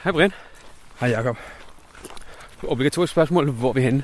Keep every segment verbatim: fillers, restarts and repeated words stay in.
Hej Brian. Hej Jacob. Obligatorisk spørgsmål, hvor er vi henne?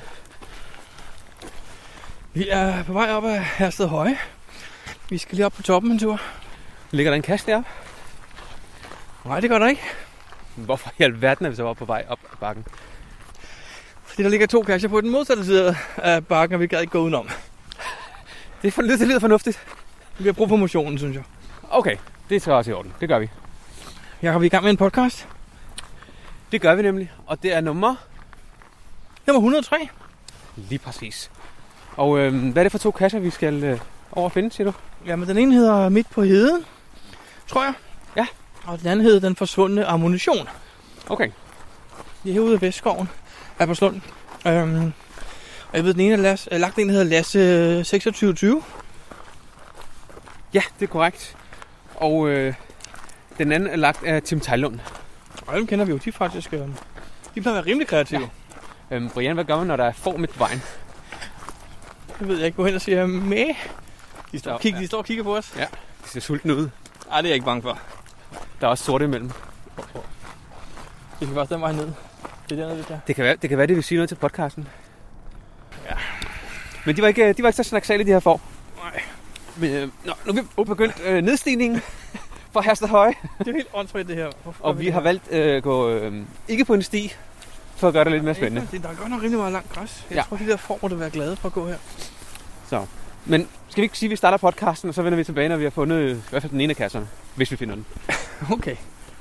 Vi er på vej op ad Hersted Høje. Vi skal lige op på toppen en tur. Ligger der en kasse deroppe? Nej, det gør der ikke. Hvorfor i alverden er vi så oppe på vej op ad bakken? Fordi der ligger to kasser på den modsatte side af bakken, og vi kan ikke gå udenom. Det, for, det lyder fornuftigt. Vi har brug for motionen, synes jeg. Okay, det skal også i orden. Det gør vi. Jacob, vi er i gang med en podcast. Det gør vi nemlig, og det er nummer... Nummer et hundrede og tre. Lige præcis. Og øh, hvad er det for to kasser, vi skal øh, over finde, siger du? Jamen, den ene hedder Midt på Heden, tror jeg. Ja. Og den anden hedder Den Forsvundne Ammunition. Okay. Vi er herude af Vestskoven, Albertslund. Øhm, og jeg ved, den ene er Lasse, øh, lagt en, der hedder Lasse seksogtyve tyve. Ja, det er korrekt. Og øh, den anden er lagt af Tim Tejlund. Og dem kender vi jo, de faktisk... Øh, de plejer at være rimelig kreative. Ja. Øhm, Brian, hvad gør man, når der er får midt på vejen? Jeg ved, jeg ikke gå hen og siger, mæh. De står, Så, kig, ja. de står og kigger på os. Ja, de ser sultne ud. Nej, det er jeg ikke bange for. Der er også sorte imellem. Vi kan faktisk den vej ned. Det er dernede, det der. Det kan være, det kan være, det vil sige noget til podcasten. Ja. Men de var ikke, de var ikke så snaksalige, de her får. Nej. Men øh, nå, nu er vi begyndt øh, nedstigningen fra Hersted Høje. Det er helt åndssvagt, det her. Hvorfor Og vi har valgt at øh, gå øh, ikke på en sti, for at gøre det lidt mere spændende. Det, der er godt nok rigtig meget langt græs. Jeg Ja. tror, de der får må det være glade for at gå her. Så. Men skal vi ikke sige, at vi starter podcasten, og så vender vi tilbage, når vi har fundet øh, i hvert fald den ene af kasserne, hvis vi finder den. Okay.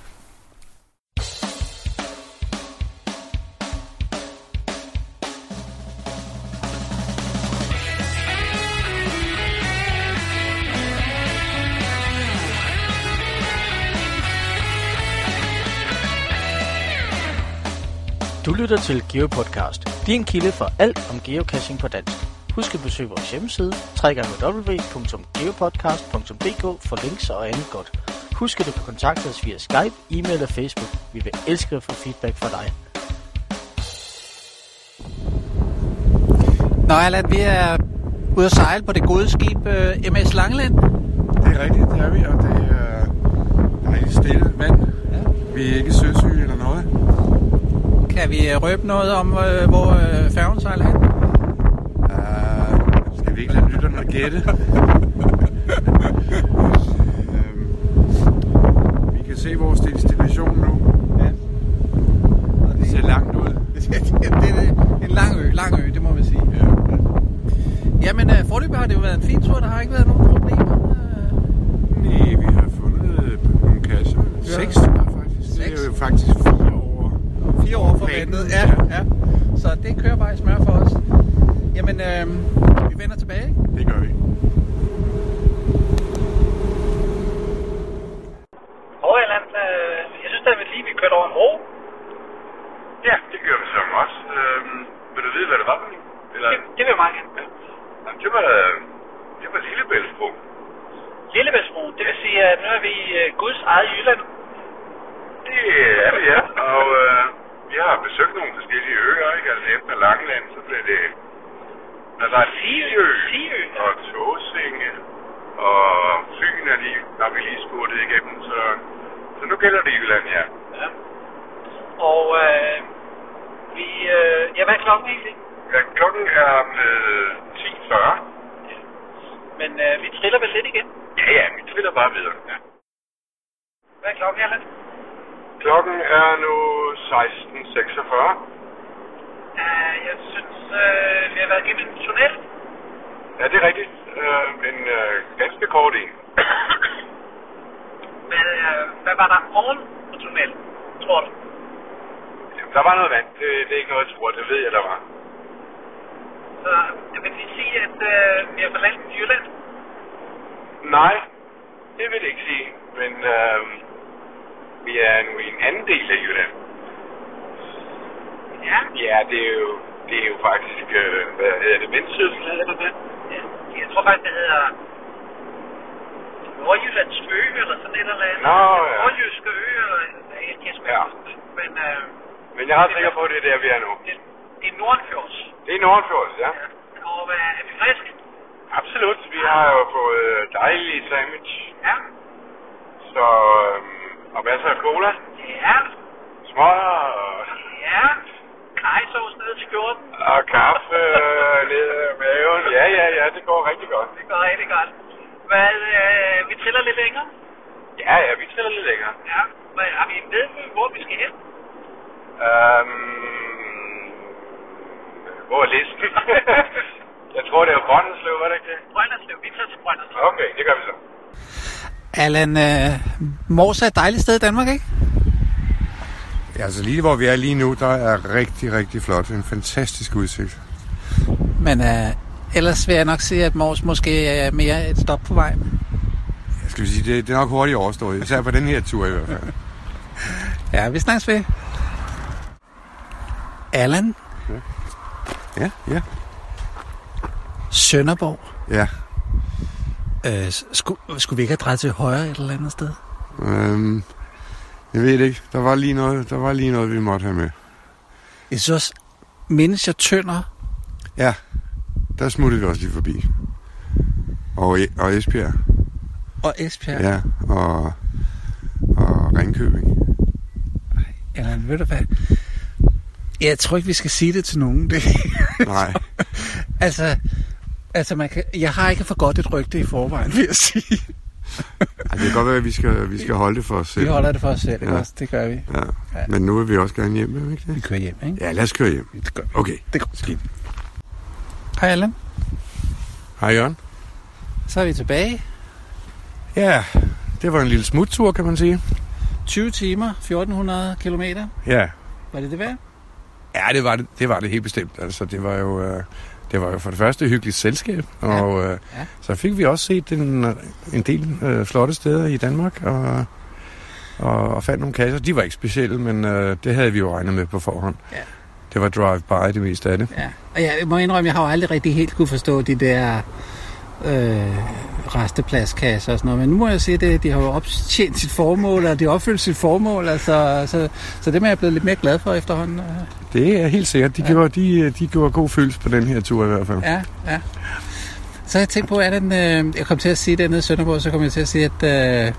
Du lytter til GeoPodcast, din kilde for alt om geocaching på dansk. Husk at besøge vores hjemmeside, w w w punktum geopodcast punktum d k for links og andet godt. Husk at du kan kontakte os via Skype, e-mail og Facebook. Vi vil elske at få feedback fra dig. Nå, Allan, vi er ude at sejle på det gode skib uh, M S Langeland. Det er rigtigt, det er vi, og det er rigtig stille vand. Ja. Vi er ikke søsyge eller noget. Kan vi uh, røbe noget om, uh, hvor uh, færgen sejler hen? Uh, skal vi ikke lade lytterne gætte? um, vi kan se vores destination nu. Ja. Det ser langt ud. det, det, det er en lang ø, lang ø, det må vi sige. Ja. Jamen, uh, forløbet har det jo været en fin tur, der har ikke været nogen problemer. Uh... Nej, vi har fundet nogle kasser. Ja. Seks, tror jeg faktisk. Det er jo faktisk fire år. Fire år forventet, ja, ja. Så det kører bare i smør for os. Jamen, øh, vi vender tilbage. Det gør vi. Hov, Allan, øh, jeg synes, at vi lige vi kørte over en bro. Ja, det gør vi så også. Øhm, vil du vide, hvad det var for en? Eller... Det, det vil jeg meget gerne. Ja. Jamen, det var, det var Lillebæltsbro. Lillebæltsbro, det vil sige, at nu er vi i uh, Guds eget Jylland. Det er vi, ja. Og øh, vi har besøgt nogle forskellige øer, ikke? Altså efter Langeland, så blev det... Altså et Siø, Siø, ja. og Tåsinge, og Fyn er lige, har vi lige spurgt igennem, så, så nu gælder det Jylland, ja. Ja. Og øh, vi... Øh, ja, hvad er klokken egentlig? Ja, klokken er øh, ti fyrre. Ja. Men øh, vi triller vel lidt igen? Ja, ja, vi triller bare videre, ja. Hvad er klokken, Allan? Klokken er nu seksten seksogfyrre. Uh, jeg synes, uh, vi har været igennem en tunnel. Ja, det er rigtigt. Uh, en uh, ganske kort en. Men uh, hvad var der oven på tunnelen, tror du? Der var noget vand. Det, det er ikke noget, jeg tror. Det ved jeg, der var. Så jeg vil lige sige, at uh, vi har forladt Jylland. Nej, det vil jeg ikke sige. Men uh, vi er nu i en anden del af Jylland. Ja. Ja, det er jo, det er jo faktisk, øh, hvad hedder det, Vendsyssel, hedder det det? Ja. Jeg tror faktisk, det hedder Nordjyllands Ø, eller sådan et eller andet. Nå, ja. Nordjyske Ø, eller jeg kan ikke Ja. Men, øh, Men jeg er ret sikker på, at det er der, vi er nu. det, det er Nordenfjords. Det er Nordenfjords, ja. Ja. Og hvad er vi frisk? Absolut. Vi har jo fået dejlige sandwich. Ja. Så, øhm, og masser af cola. Ja. Smøger. Og kaffe øh, ned i maven. Ja, ja, ja, det går rigtig godt. Det går rigtig godt. Hvad, øh, vi triller lidt længere? Ja, ja, vi triller lidt længere. Ja. Men har vi ved, hvor vi skal hen? Øhm, hvor er listen? Jeg tror, det er Brønderslev, var det ikke det? Brønderslev. Vi tager til Brønderslev. Okay, det gør vi så. Allan, øh, Mors er et dejligt sted i Danmark, ikke? Ja, altså lige hvor vi er lige nu, der er rigtig, rigtig flot. En fantastisk udsigt. Men øh, ellers vil jeg nok sige, at Mors måske er mere et stop på vej. Jeg skal sige, det, det er nok hurtigt overstået. Især på den her tur i hvert fald. Ja, vi snakkes ved. Allan? Ja, ja. Sønderborg? Ja. Øh, skulle, skulle vi ikke have drejet til højre et eller andet sted? Øhm, jeg ved ikke. Der var lige noget, der var lige noget vi måtte have med. Jeg synes også, mindes jeg Tønder? Ja, der smuttede vi også lige forbi. Og, og Esbjerg. Og Esbjerg? Ja, og, og Ringkøbing. Allan, ved du hvad? Jeg tror ikke, vi skal sige det til nogen. Det. Nej. altså, altså man kan, jeg har ikke for godt et rygte i forvejen, vil jeg sige. Ej, det kan godt være, at vi skal, vi skal holde det for os selv. Vi holder det for os selv, ja. Også. Det gør vi. Ja. Ja. Men nu vil vi også gerne hjem, er vi ikke det? Vi kører hjem, ikke? Ja, lad os køre hjem. Det gør vi. Okay, det går skidt. Hej Allan. Hej Jørgen. Så er vi tilbage. Ja, det var en lille smuttur, kan man sige. tyve timer, fjorten hundrede kilometer. Ja. Var det det værd? Ja, det var det, det var det helt bestemt. Altså, det var jo, øh, det var jo for det første et hyggeligt selskab, og øh, ja. Så fik vi også set en, en del øh, flotte steder i Danmark, og, og, og fandt nogle kasser. De var ikke specielle, men øh, det havde vi jo regnet med på forhånd. Ja. Det var drive-by det meste af det. Ja, og jeg må indrømme, jeg har jo aldrig rigtig helt kunne forstå de der øh, restepladskasser og sådan noget, men nu må jeg sige, at de har jo optjent sit formål, og de har opfyldt sit formål, altså, så, så det er jeg blevet lidt mere glad for efterhånden. Det er helt sikkert. De, ja. gjorde, de, de gjorde god følelse på den her tur i hvert fald. Ja, ja. Så jeg tænkte på, at den, øh, jeg kom til at sige det nede i Sønderborg, så kom jeg til at sige, at, øh,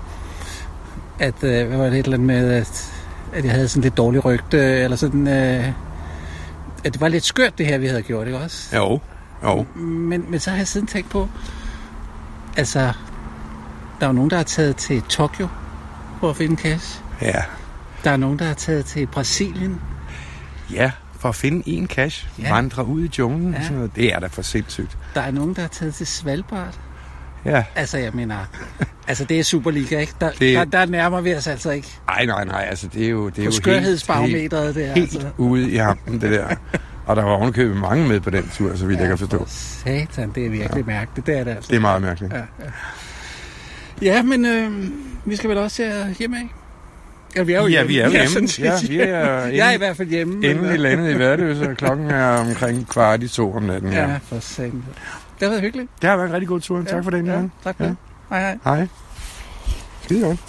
at øh, hvad var det et eller andet med, at, at jeg havde sådan lidt dårligt rygte, eller sådan, øh, at det var lidt skørt det her, vi havde gjort, ikke også? Jo, jo. Men, men så har jeg siden tænkt på, altså, der er jo nogen, der har taget til Tokyo for at finde cash. Ja. Der er nogen, der har taget til Brasilien. Ja, for at finde en cash, ja. Vandre ud i junglen, ja. Sådan noget. Det er da for sindssygt. Der er nogen, der har taget til Svalbard. Ja. Altså, jeg mener, altså det er Superliga, ikke? Der, det... der, der nærmer vi os altså ikke. Nej, nej, nej, altså det er jo... Det er på skørhedsbarometret, det er helt altså. ude i hampen, det der. Og der var ovenikøbet mange med på den tur, så vidt ja, jeg kan forstå. Satan, det er virkelig ja. mærkeligt, det er det altså. Det er meget mærkeligt. Ja, ja. Ja, men øh, vi skal vel også til hjemme, ikke? Ja, vi er jo ja, hjemme. vi er jo hjemme. Ja, vi er inde, jeg er i hvert fald hjemme. Inden vi landede i Værløse, og klokken er omkring kvart i to om natten. Ja, ja for satan. Det har været hyggeligt. Det har været en rigtig god tur. Ja, tak for den, ja, tak for ja. det. Hej, hej. Hej. Skide godt.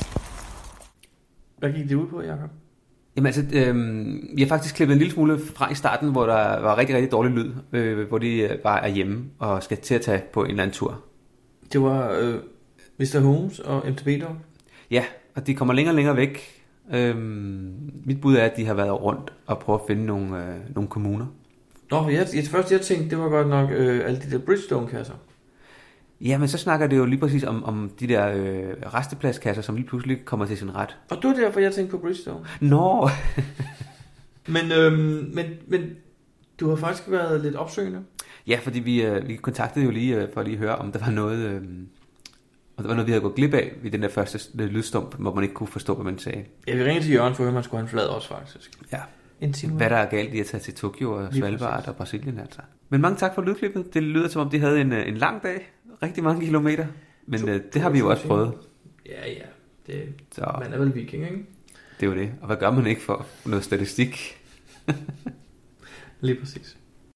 Hvad gik det ud på, Jacob? Jamen altså, øh, vi har faktisk klippet en lille smule fra i starten, hvor der var rigtig, rigtig dårlig lyd, øh, hvor de bare er hjemme og skal til at tage på en eller anden tur. Det var øh, mister Holmes og M T B dog? Ja, og de kommer længere og længere væk. Øhm, mit bud er, at de har været rundt og prøvet at finde nogle, øh, nogle kommuner. Nå, jeg, jeg, først jeg tænkte, det var godt nok øh, alle de der Bridgestone-kasser. Ja, men så snakker det jo lige præcis om, om de der øh, restepladskasser, som lige pludselig kommer til sin ret. Og det var derfor, jeg tænkte på Bridgestone. Nå! men, øhm, men, men du har faktisk været lidt opsøgende. Ja, fordi vi, øh, vi kontaktede jo lige øh, for at lige høre, om der var noget... Øh, Og det var noget, vi havde gået glip af ved den der første lydstump, hvor man ikke kunne forstå, hvad man sagde. Ja, vi ringede til Jørgen for at høre, man skulle have en flad også, faktisk. Ja. Hvad der er galt i at tage til Tokyo og Svalbard og Brasilien, altså. Men mange tak for lydklippet. Det lyder, som om de havde en, en lang dag. Rigtig mange kilometer. Men to, det har vi jo også prøvet. Ja, ja. Det, Så, man er vel viking, ikke? Det er jo det. Og hvad gør man ikke for noget statistik? Lige præcis.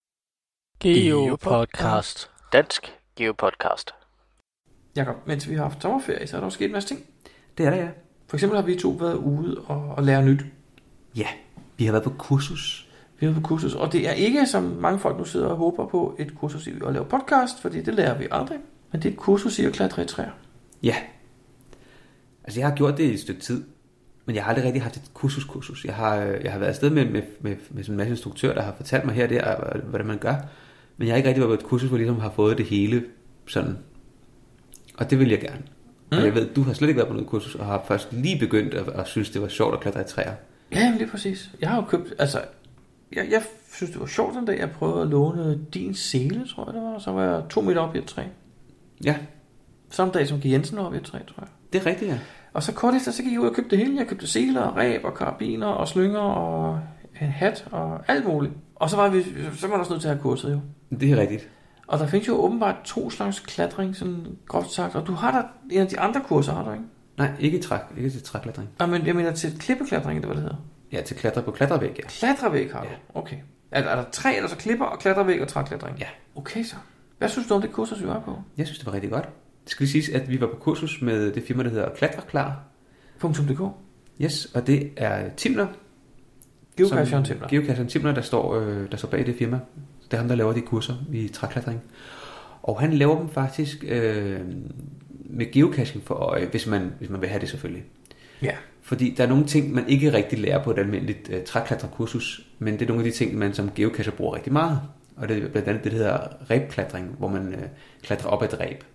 Geopodcast. Dansk Geopodcast. Jakob, mens vi har haft sommerferie, så er der også sket en masse ting. Det er der, ja. For eksempel har vi to været ude og, og lære nyt. Ja, vi har været på kursus. Vi har været på kursus, og det er ikke, som mange folk nu sidder og håber på, et kursus i at lave podcast, fordi det lærer vi aldrig. Men det er et kursus i at klatre i træer. Ja. Altså, jeg har gjort det i et stykke tid. Men jeg har aldrig rigtig haft et kursus-kursus. Jeg har, jeg har været afsted med, med, med, med sådan en masse instruktører, der har fortalt mig her og der, hvordan man gør. Men jeg har ikke rigtig været på et kursus, hvor jeg ligesom har fået det hele sådan. Og det vil jeg gerne. Mm. Og jeg ved, du har slet ikke været på noget kursus, og har først lige begyndt at, at synes, det var sjovt at klatre i træer. Ja, lige præcis. Jeg har jo købt, altså, jeg, jeg synes, det var sjovt den dag, jeg prøvede at låne din sele, tror jeg det var. Så var jeg to meter op i et træ. Ja. Samme dag som G. Jensen var op i et træ, tror jeg. Det er rigtigt, ja. Og så kort efter, så gik jeg ud og købte det hele. Jeg købte seler, ræb og karabiner og slynger og en hat og alt muligt. Og så var vi, så var der også nødt til at have kurset jo. Det er rigtigt. Og der findes jo åbenbart to slags klatring, sådan groft sagt. Og du har der en af de andre kurser, har du ikke? Nej, ikke træk, ikke til træklatring. Nej, men jeg mener til klippeklatring, det var det hedder. Ja, til klatre på klatrevæg, ja. Klatrevæg har du? Ja. Okay. Er, er der tre, eller så klipper og klatrevæg og træklatring? Ja. Okay så. Hvad synes du om det kursus, vi var på? Jeg synes, det var rigtig godt. Det skal lige siges, at vi var på kursus med det firma, der hedder Klatreklar. punktum d k. Yes, og det er Timler. Geocacheren Timler. Geocacheren Timler, der står, øh, der står bag det firma. Det er ham, der laver de kurser i træklatring. Og han laver dem faktisk øh, med geocaching for øje, hvis man, hvis man vil have det selvfølgelig. Ja. Fordi der er nogle ting, man ikke rigtig lærer på et almindeligt øh, træklatrekursus, men det er nogle af de ting, man som geocacher bruger rigtig meget. Og det er blandt andet det, der hedder ræbklatring, hvor man øh, klatrer op ad et ræb.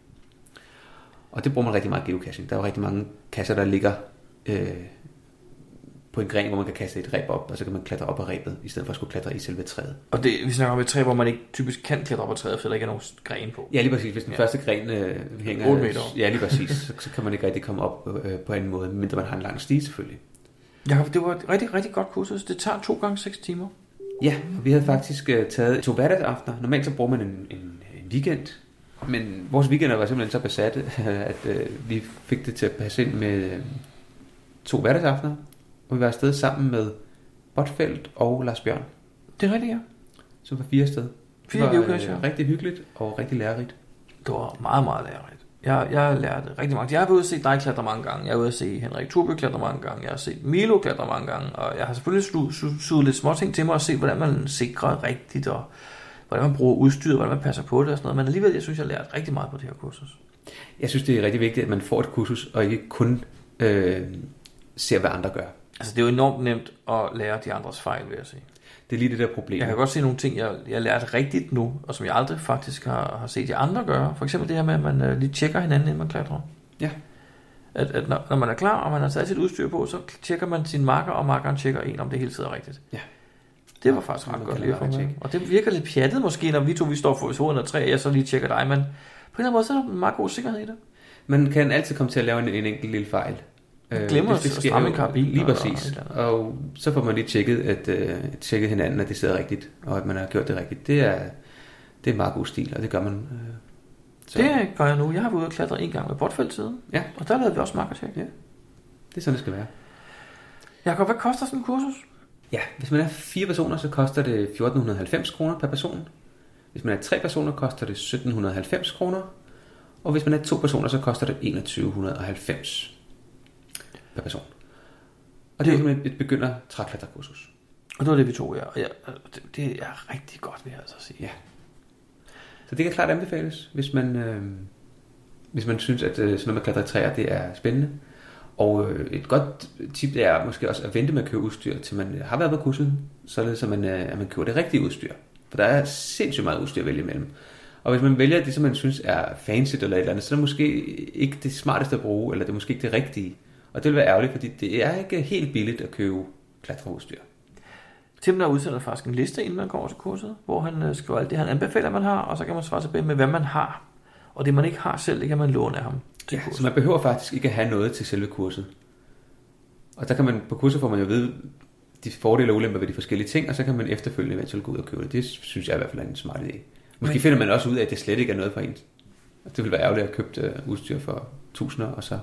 Og det bruger man rigtig meget geocaching. Der er jo rigtig mange kasser, der ligger øh, på en gren, hvor man kan kaste et ræb op, og så kan man klatre op ad ræbet, i stedet for at skulle klatre i selve træet. Og det, vi snakker om et træ, hvor man ikke typisk kan klatre op ad træet, for der ikke er nogen gren på. Ja, lige præcis. Hvis den ja. første gren øh, hænger otte meter. Ja, lige præcis. så, så kan man ikke rigtig komme op øh, på en måde, mindre man har en lang stige selvfølgelig. Ja, det var et rigtig, rigtig godt kursus. Det tager to gange seks timer. Ja, og vi havde faktisk øh, taget to hverdagsaftener. Normalt så bruger man en, en, en weekend. Men vores weekender var simpelthen så besatte, at øh, vi fik det til at passe ind med øh, to hverdagsaftener. Og vi var afsted sammen med Botfeldt og Lars Bjørn. Det er rigtigt, ja. Så var fire afsted. Fire det var geocacher. øh, rigtig hyggeligt og rigtig lærerigt. Det var meget, meget lærerigt. Jeg, jeg lærte rigtig mange. Jeg har været ude at se dig klatre mange gange. Jeg har været ude at se Henrik Thurby klatre mange gange. Jeg har set Milo klatre mange gange. Og jeg har selvfølgelig suget lidt små ting til mig og set, hvordan man sikrer rigtigt, og hvordan man bruger udstyret, hvordan man passer på det og sådan noget. Men alligevel, jeg synes, jeg har lært rigtig meget på det her kursus. Jeg synes, det er rigtig vigtigt, at man får et kursus, og ikke kun øh, ser, hvad andre gør. Altså, det er jo enormt nemt at lære de andres fejl, vil jeg sige. Det er lige det der problem. Jeg kan godt se nogle ting, jeg, jeg har lært rigtigt nu, og som jeg aldrig faktisk har, har set de andre gøre. For eksempel det her med, at man øh, lige tjekker hinanden, inden man klatrer. Ja. At, at når, når man er klar, og man har taget sit udstyr på, så tjekker man sin marker, og markeren tjekker en, om det hele sidder rigtigt. Ja. Det var faktisk ret godt lige for mig. Og det virker lidt pjattet måske, når vi to vi står for foden af tre, og jeg så lige tjekker dig, men på en eller anden måde, så er der en meget god sikkerhed i det. Man kan altid komme til at lave en, en enkelt lille fejl. Man glemmer at stramme en karabin. Lige præcis. Og, og så får man lige tjekket, at, uh, tjekket hinanden, at det sidder rigtigt, og at man har gjort det rigtigt. Det er, det er meget god stil, og det gør man. Uh, så. Det gør jeg nu. Jeg har været ude og klatre en gang med Botfeldt siden, ja. Og der lavede vi også markertjek. Ja. Det er sådan, det skal være. Jakob, hvad koster sådan en kursus? Ja, hvis man er fire personer, så koster det fjorten halvfems kroner per person. Hvis man er tre personer, koster det sytten halvfems kroner. Og hvis man er to personer, så koster det enogtyve halvfems per person. Og det er simpelthen et begynder træklatrekursus. Og det var det, vi tog, ja. Og ja, det, det er rigtig godt, vil jeg altså sige. Ja. Så det kan klart anbefales, hvis man, øh, hvis man synes, at øh, sådan noget med klatre i træer, det er spændende. Og øh, et godt tip det er måske også at vente med at købe udstyr, til man har været på kurset, således at man, øh, at man køber det rigtige udstyr. For der er sindssygt meget udstyr at vælge imellem. Og hvis man vælger det, som man synes er fancy eller et eller andet, så er det måske ikke det smarteste at bruge, eller det er måske ikke det rigtige. Og det vil være ærgerligt, fordi det er ikke helt billigt at købe klatreudstyr. Tim der udsender faktisk en liste, inden man går over til kurset, hvor han skriver alt det, han anbefaler, man har, og så kan man svare tilbage med, hvad man har. Og det, man ikke har selv, det kan man låne af ham. Ja, så man behøver faktisk ikke at have noget til selve kurset. Og der kan man, på kurset får man jo vide de fordele og ulemper ved de forskellige ting, og så kan man efterfølgende eventuelt gå ud og købe det. Det synes jeg i hvert fald er en smart idé. Måske Men... finder man også ud af, at det slet ikke er noget for en. Det vil være ærgerligt at købe uh, udstyr for tusinder, og så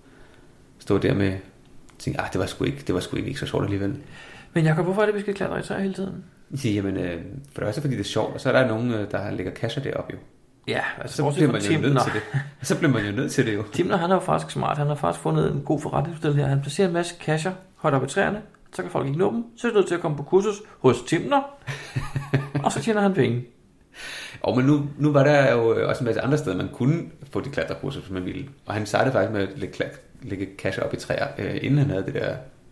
stå der med og tænke, ah, det var sgu ikke, det var sgu ikke så sjovt alligevel. Men Jakob, hvorfor er det, vi skal klatre i træer hele tiden? Jamen, øh, for det første fordi det er sjovt, og så er der nogen, der lægger kasser deroppe jo. Ja, altså så bliver man jo nødt til det. Så bliver man jo nødt til det jo. Timler, han er jo faktisk smart. Han har faktisk fundet en god forretningsmodel her. Han placerer en masse kasser højt op i træerne, så kan folk ikke nå dem. Så er det nødt til at komme på kursus hos Timler, og så tjener han penge. Og men nu, nu var der jo også en masse andre steder, man kunne få de klatrekurser, som man ville. Og han startede faktisk med at lægge, lægge kasser op i træer, øh, inden han havde det der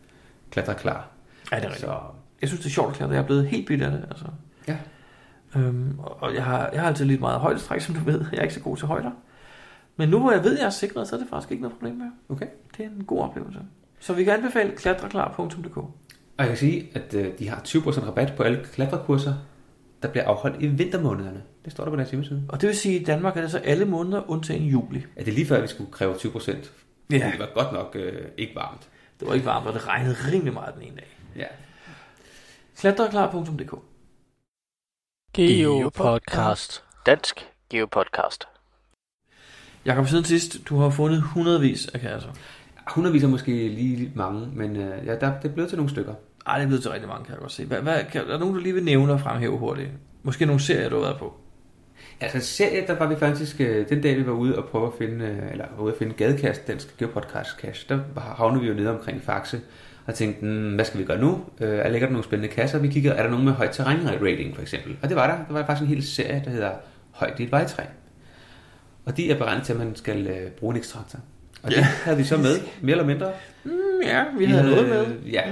klatre klar. Ja, det er rigtigt. Så, Jeg synes, det er sjovt at klatre. Jeg er blevet helt bidt af det. Altså. ja. Øhm, og jeg har, jeg har altid lidt meget højdestræk, som du ved. Jeg er ikke så god til højder. Men nu hvor jeg ved, at jeg er sikret, så er det faktisk ikke noget problem med. Okay. Det er en god oplevelse. Så vi kan anbefale klatreklar punktum d k. Og jeg kan sige, at øh, de har tyve procent rabat på alle klatrekurser, der bliver afholdt i vintermånederne. Det står der på deres hjemmeside. Og det vil sige, at i Danmark er det så alle måneder undtagen juli. Er det lige før, vi skulle kræve tyve procent? Ja. Det var godt nok øh, ikke varmt. Det var ikke varmt, og det regnede rimelig meget den ene dag. Ja. klatreklar punktum d k. GeoPodcast. Dansk GeoPodcast. Jakob, siden sidst, du har fundet hundredvis af kasser. Hundredvis er måske lige mange, men øh, ja, der, det er blevet til nogle stykker. Ej, det er blevet til rigtig mange, kan jeg godt se. Hvad, hvad, kan, er der nogen, du lige vil nævne og fremhæve hurtigt? Måske nogle serier, du har været på? Altså serie, der var vi faktisk, øh, den dag vi var ude og prøve at finde, øh, eller var ude at finde gadekast, dansk geopodcast cache, der havnede vi jo nede omkring Faxe, og tænkte, mm, hvad skal vi gøre nu? Øh, er ligger der nogle spændende kasser? Vi kiggede, er der nogen med højt terræn rating for eksempel? Og det var der. Der var faktisk en hel serie, der hedder Højt i et vejtræ. Og de er beregnet til, at man skal øh, bruge en ekstraktor. Og det havde vi så med, mere eller mindre. Mm, ja, vi, vi havde, havde noget med. Ja.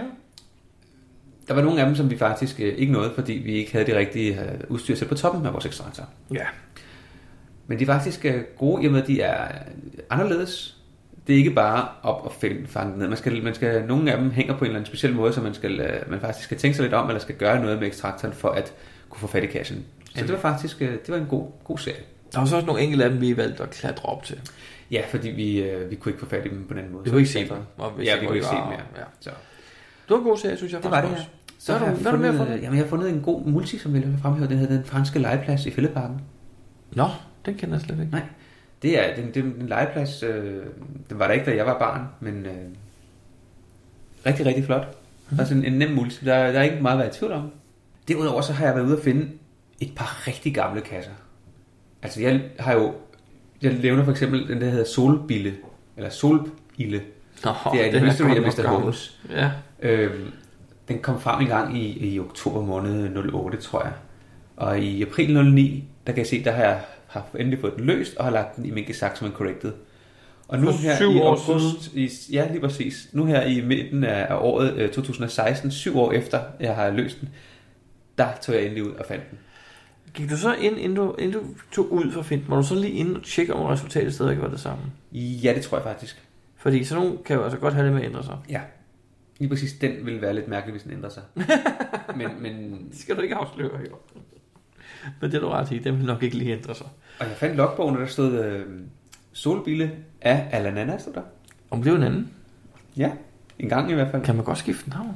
Der var nogle af dem, som vi faktisk øh, ikke nåede, fordi vi ikke havde det rigtige øh, udstyr til på toppen af vores ekstraktor. Ja. Men de er faktisk øh, gode, i og med at de er anderledes. Det er ikke bare op og finde, fange ned. Man skal, man skal, nogle af dem hænger på en eller anden speciel måde, så man, skal, øh, man faktisk skal tænke sig lidt om, eller skal gøre noget med ekstraktoren, for at kunne få fat i cashen. Så ja. Det var faktisk øh, det var en god, god serie. Der var så også nogle enkelte af dem, vi valgte at klatre op til. Ja, fordi vi, øh, vi kunne ikke få fat i dem på den måde. Vi kunne ikke se dem. Ja, vi kunne ikke se dem mere. Ja. Så. Det var en god serie, synes jeg. Det var det, ja. Så har jeg, fundet, mere fundet? Jamen, jeg har fundet en god multi, som jeg vil fremhæve. Den hedder Den Franske Legeplads i Fælledparken. Nå, den kender jeg slet ikke. Nej, det er den, den, den legeplads. Øh, den var der ikke, da jeg var barn, men øh, rigtig, rigtig flot. Mm-hmm. Altså en, en nem multi. Der, der er ikke meget at være i tvivl om. Derudover så har jeg været ude at finde et par rigtig gamle kasser. Altså jeg har jo, jeg nævner for eksempel den der hedder Solbille, eller Solbille. Nå, det er en mystery af mister Holmes. Ja. Øhm, den kom frem en gang i, i oktober måned nul otte, tror jeg. Og i april nul ni, der kan jeg se, der har jeg har endelig fået den løst, og har lagt den i min gesak som en corrected. Og nu for her i august, i, ja lige præcis, nu her i midten af, af året øh, to tusind og seksten, syv år efter jeg har løst den, der tog jeg endelig ud og fandt den. Gik du så ind, inden du, inden du tog ud for at finde den, var du så lige inde og tjekke, om resultatet stadig var det samme? Ja, det tror jeg faktisk. Fordi sådan nogle kan jo altså godt have det med at ændre sig. Ja, lige præcis den vil være lidt mærkelig, hvis den ændrer sig. men, men... Det skal du ikke afsløre, jo. Men det er du ret i, den vil nok ikke lige ændre sig. Og jeg fandt logbogen, der stod øh, Solbille af Alanana, stod der. Om det er jo en anden. Ja, en gang i hvert fald. Kan man godt skifte navn?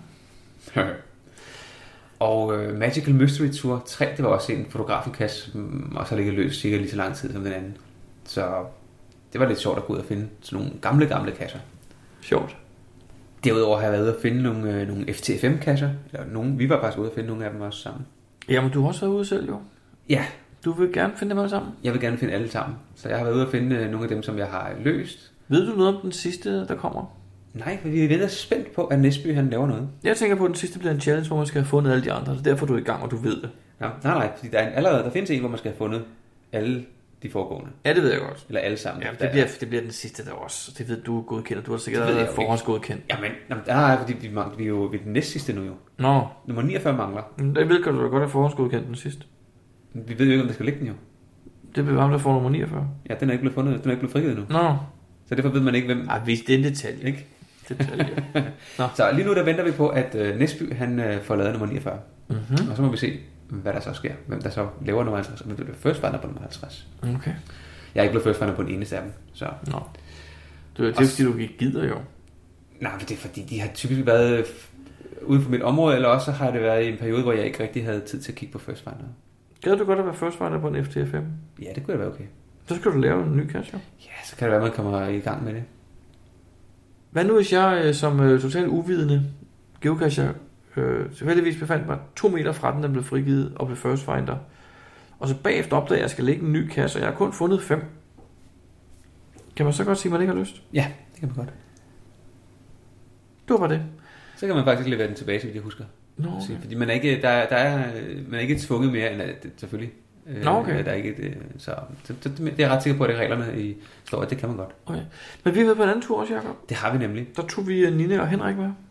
Og øh, Magical Mystery Tour tre, det var også en fotografenkasse, som også har ligget løs cirka lige så lang tid som den anden. Så det var lidt sjovt at gå ud og finde sådan nogle gamle, gamle kasser. Sjovt. Derudover har jeg været ude at finde nogle, øh, nogle F T F M-kasser. Eller nogle, vi var faktisk ude at finde nogle af dem også sammen. Jamen, du har også været ude selv, jo. Ja. Du vil gerne finde dem alle sammen? Jeg vil gerne finde alle sammen. Så jeg har været ude at finde øh, nogle af dem, som jeg har løst. Ved du noget om den sidste, der kommer? Nej, for vi er lidt spændt på, at Næsby han laver noget. Jeg tænker på, at den sidste bliver en challenge, hvor man skal have fundet alle de andre. Det er derfor, du er i gang, og du ved det. Ja, nej, nej, fordi der, er en, allerede, der findes en, hvor man skal have fundet alle de foregående. Ja, det ved jeg godt. Eller alle sammen. Ja, det bliver, det bliver den sidste der også. Det ved du godkender. Du har sikkert været forhåndsgodkendt. Jamen, nej, fordi vi, mangler, vi er jo ved den næste sidste nu jo. Nå. Nummer niogfyrre mangler. Det ved du da godt, at forhåndsgodkendt den sidste. Vi ved jo ikke, om der skal ligge den jo. Det bliver ham, der får nummer niogfyrre. Ja, den er ikke blevet fundet. Den er ikke blevet frigivet endnu. Nå. Så derfor ved man ikke, hvem... Ej, vi det er en detalje. Ikke? Detalje. Nå. Så lige nu der venter vi på, at uh, Næsby han uh, får lavet nummer niogfyrre. Mm-hmm. Og så må vi se, hvad der så sker. Hvem der så laver nummer halvtreds. Og hvem der bliver first finder på nummer halvtreds. Okay. Jeg er ikke blevet first finder på den eneste af dem. Så. Nå. Det er jo fordi, du ikke gider jo. Nej, men det er fordi, de har typisk været ude for mit område, eller også har det været i en periode, hvor jeg ikke rigtig havde tid til at kigge på first finder. Gad du godt at være first finder på en F T F M? Ja, det kunne da være okay. Så skal du lave en ny cache, jo. Ja, så kan det være, at man kommer i gang med det. Hvad nu, hvis jeg som øh, totalt uvidende geocacher øh, tilfældigvis befandt mig to meter fra den, den blev frigivet og blev first finder, og så bagefter opdager, at jeg skal lægge en ny cache, og jeg har kun fundet fem. Kan man så godt sige, at man ikke har lyst? Ja, det kan man godt. Det var bare det. Så kan man faktisk levere den tilbage, så jeg husker. Nå, okay. Fordi man er ikke, der, der er, man er ikke tvunget mere, end at det, selvfølgelig. Nå, okay. Der er ikke, det, så det, det, det er jeg ret sikker på, at det reglerne i står, at det kan man godt. Okay. Men vi har været på en anden tur også, Jacob. Det har vi nemlig. Der tog vi Nina og Henrik med.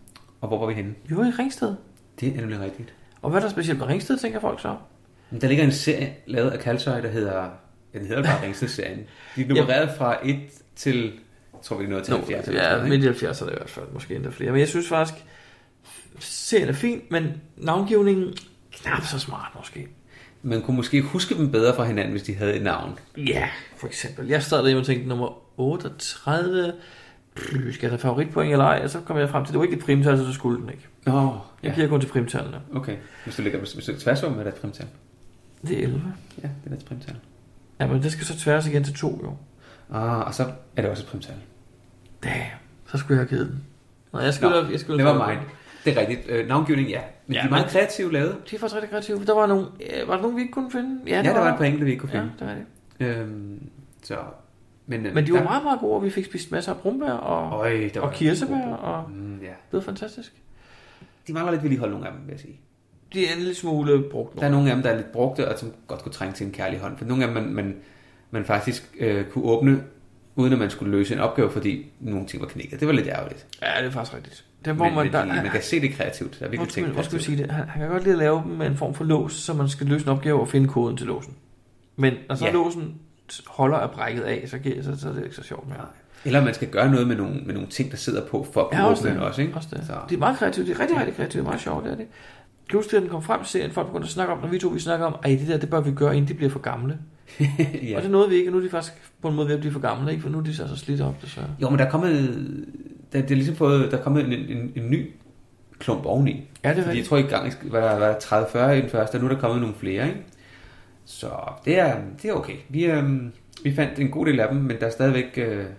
Og hvor var vi henne? Vi var i Ringsted. Det er nemlig rigtigt. Og hvad er der specielt med Ringsted, tænker folk så? Men der ligger en serie lavet af Kalsøj, der hedder... Ja, den hedder bare Ringsted-serien. De er nummereret fra et til... Jeg tror, vi er nået til halvfjerds. Ja, midt i halvfjerds er det i hvert fald. Måske endda flere. Men jeg synes faktisk, serien er fin, men navngivningen knap så smart måske. Man kunne måske huske dem bedre fra hinanden, hvis de havde et navn. Ja, for eksempel. Jeg startede hjemme og tænkte, nummer otteogtredive... Skal jeg have favoritpoint eller ej? Og så kom jeg frem til, det var ikke et primtal, så skulle den ikke. Nå, oh, jeg ja. giver kun til primtallene. Okay. Hvis du lægger hvis du tværs om, hvad er det et primtal? Det er elleve. Ja, det er et primtal. Ja, men det skal så tværs igen til to, jo. Ah, og så er det også et primtal. Damn, så skulle jeg have givet den. Nå, jeg skulle, Nå, jeg skulle det var mig. Det er rigtigt. Øh, navngivning, ja. Men ja, de er meget kreative lavet. De er faktisk rigtig kreative. Der var nogle, øh, var der nogen, vi ikke kunne finde? Ja, ja der var, var et par enkelte, vi ikke kunne finde. Ja, det var det. Øhm, så... Men, øh, Men de var der... meget, meget gode, og vi fik spist masser af brumbær og, Øj, og kirsebær, og mm, ja. Det var fantastisk. De mangler lidt vedligehold, nogle af dem, vil jeg sige. De er en lille smule brugt. Der er nogle af dem, der er lidt brugte, og som godt kunne trænge til en kærlig hånd. For nogle af dem, man, man, man faktisk øh, kunne åbne, uden at man skulle løse en opgave, fordi nogle ting var knækket. Det var lidt ærgerligt. Ja, det er faktisk rigtigt. Det, hvor men, man, men der, de, man kan se det kreativt. Der er virkelig tænkt kreativt. Hvad skal vi sige det? Han, han kan godt lide at lave dem med en form for lås, så man skal løse en opgave og finde koden til låsen. Men når så ja. låsen holder er brækket af, så, så, så er det ikke så sjovt mere. Eller man skal gøre noget med nogle, med nogle ting, der sidder på, for at kunne ja, åbne den også. Ikke? Også det. Så. Det er meget kreativt. Det er rigtig, rigtig kreativt. Det er meget sjovt, det er det. Pludselig, den kom frem, serien, folk begyndte at snakke om, når vi to vi snakker om, at det der, det bør vi gøre, inden de bliver for gamle. ja. Og det nåede vi ikke, og nu er de faktisk på en måde ved at blive for gamle, ikke? For nu er de så, så slidt op, desværre. Jo, men der er kommet, der, det er ligesom fået, der er kommet en, en, en ny klump oveni. Ja, det er Fordi jeg tror, i gang var der, var der tredive fyrre i den første, og nu er der kommet nogle flere, ikke? Så det er, det er okay. Vi, øhm, vi fandt en god del af dem, men der er stadigvæk, øh, der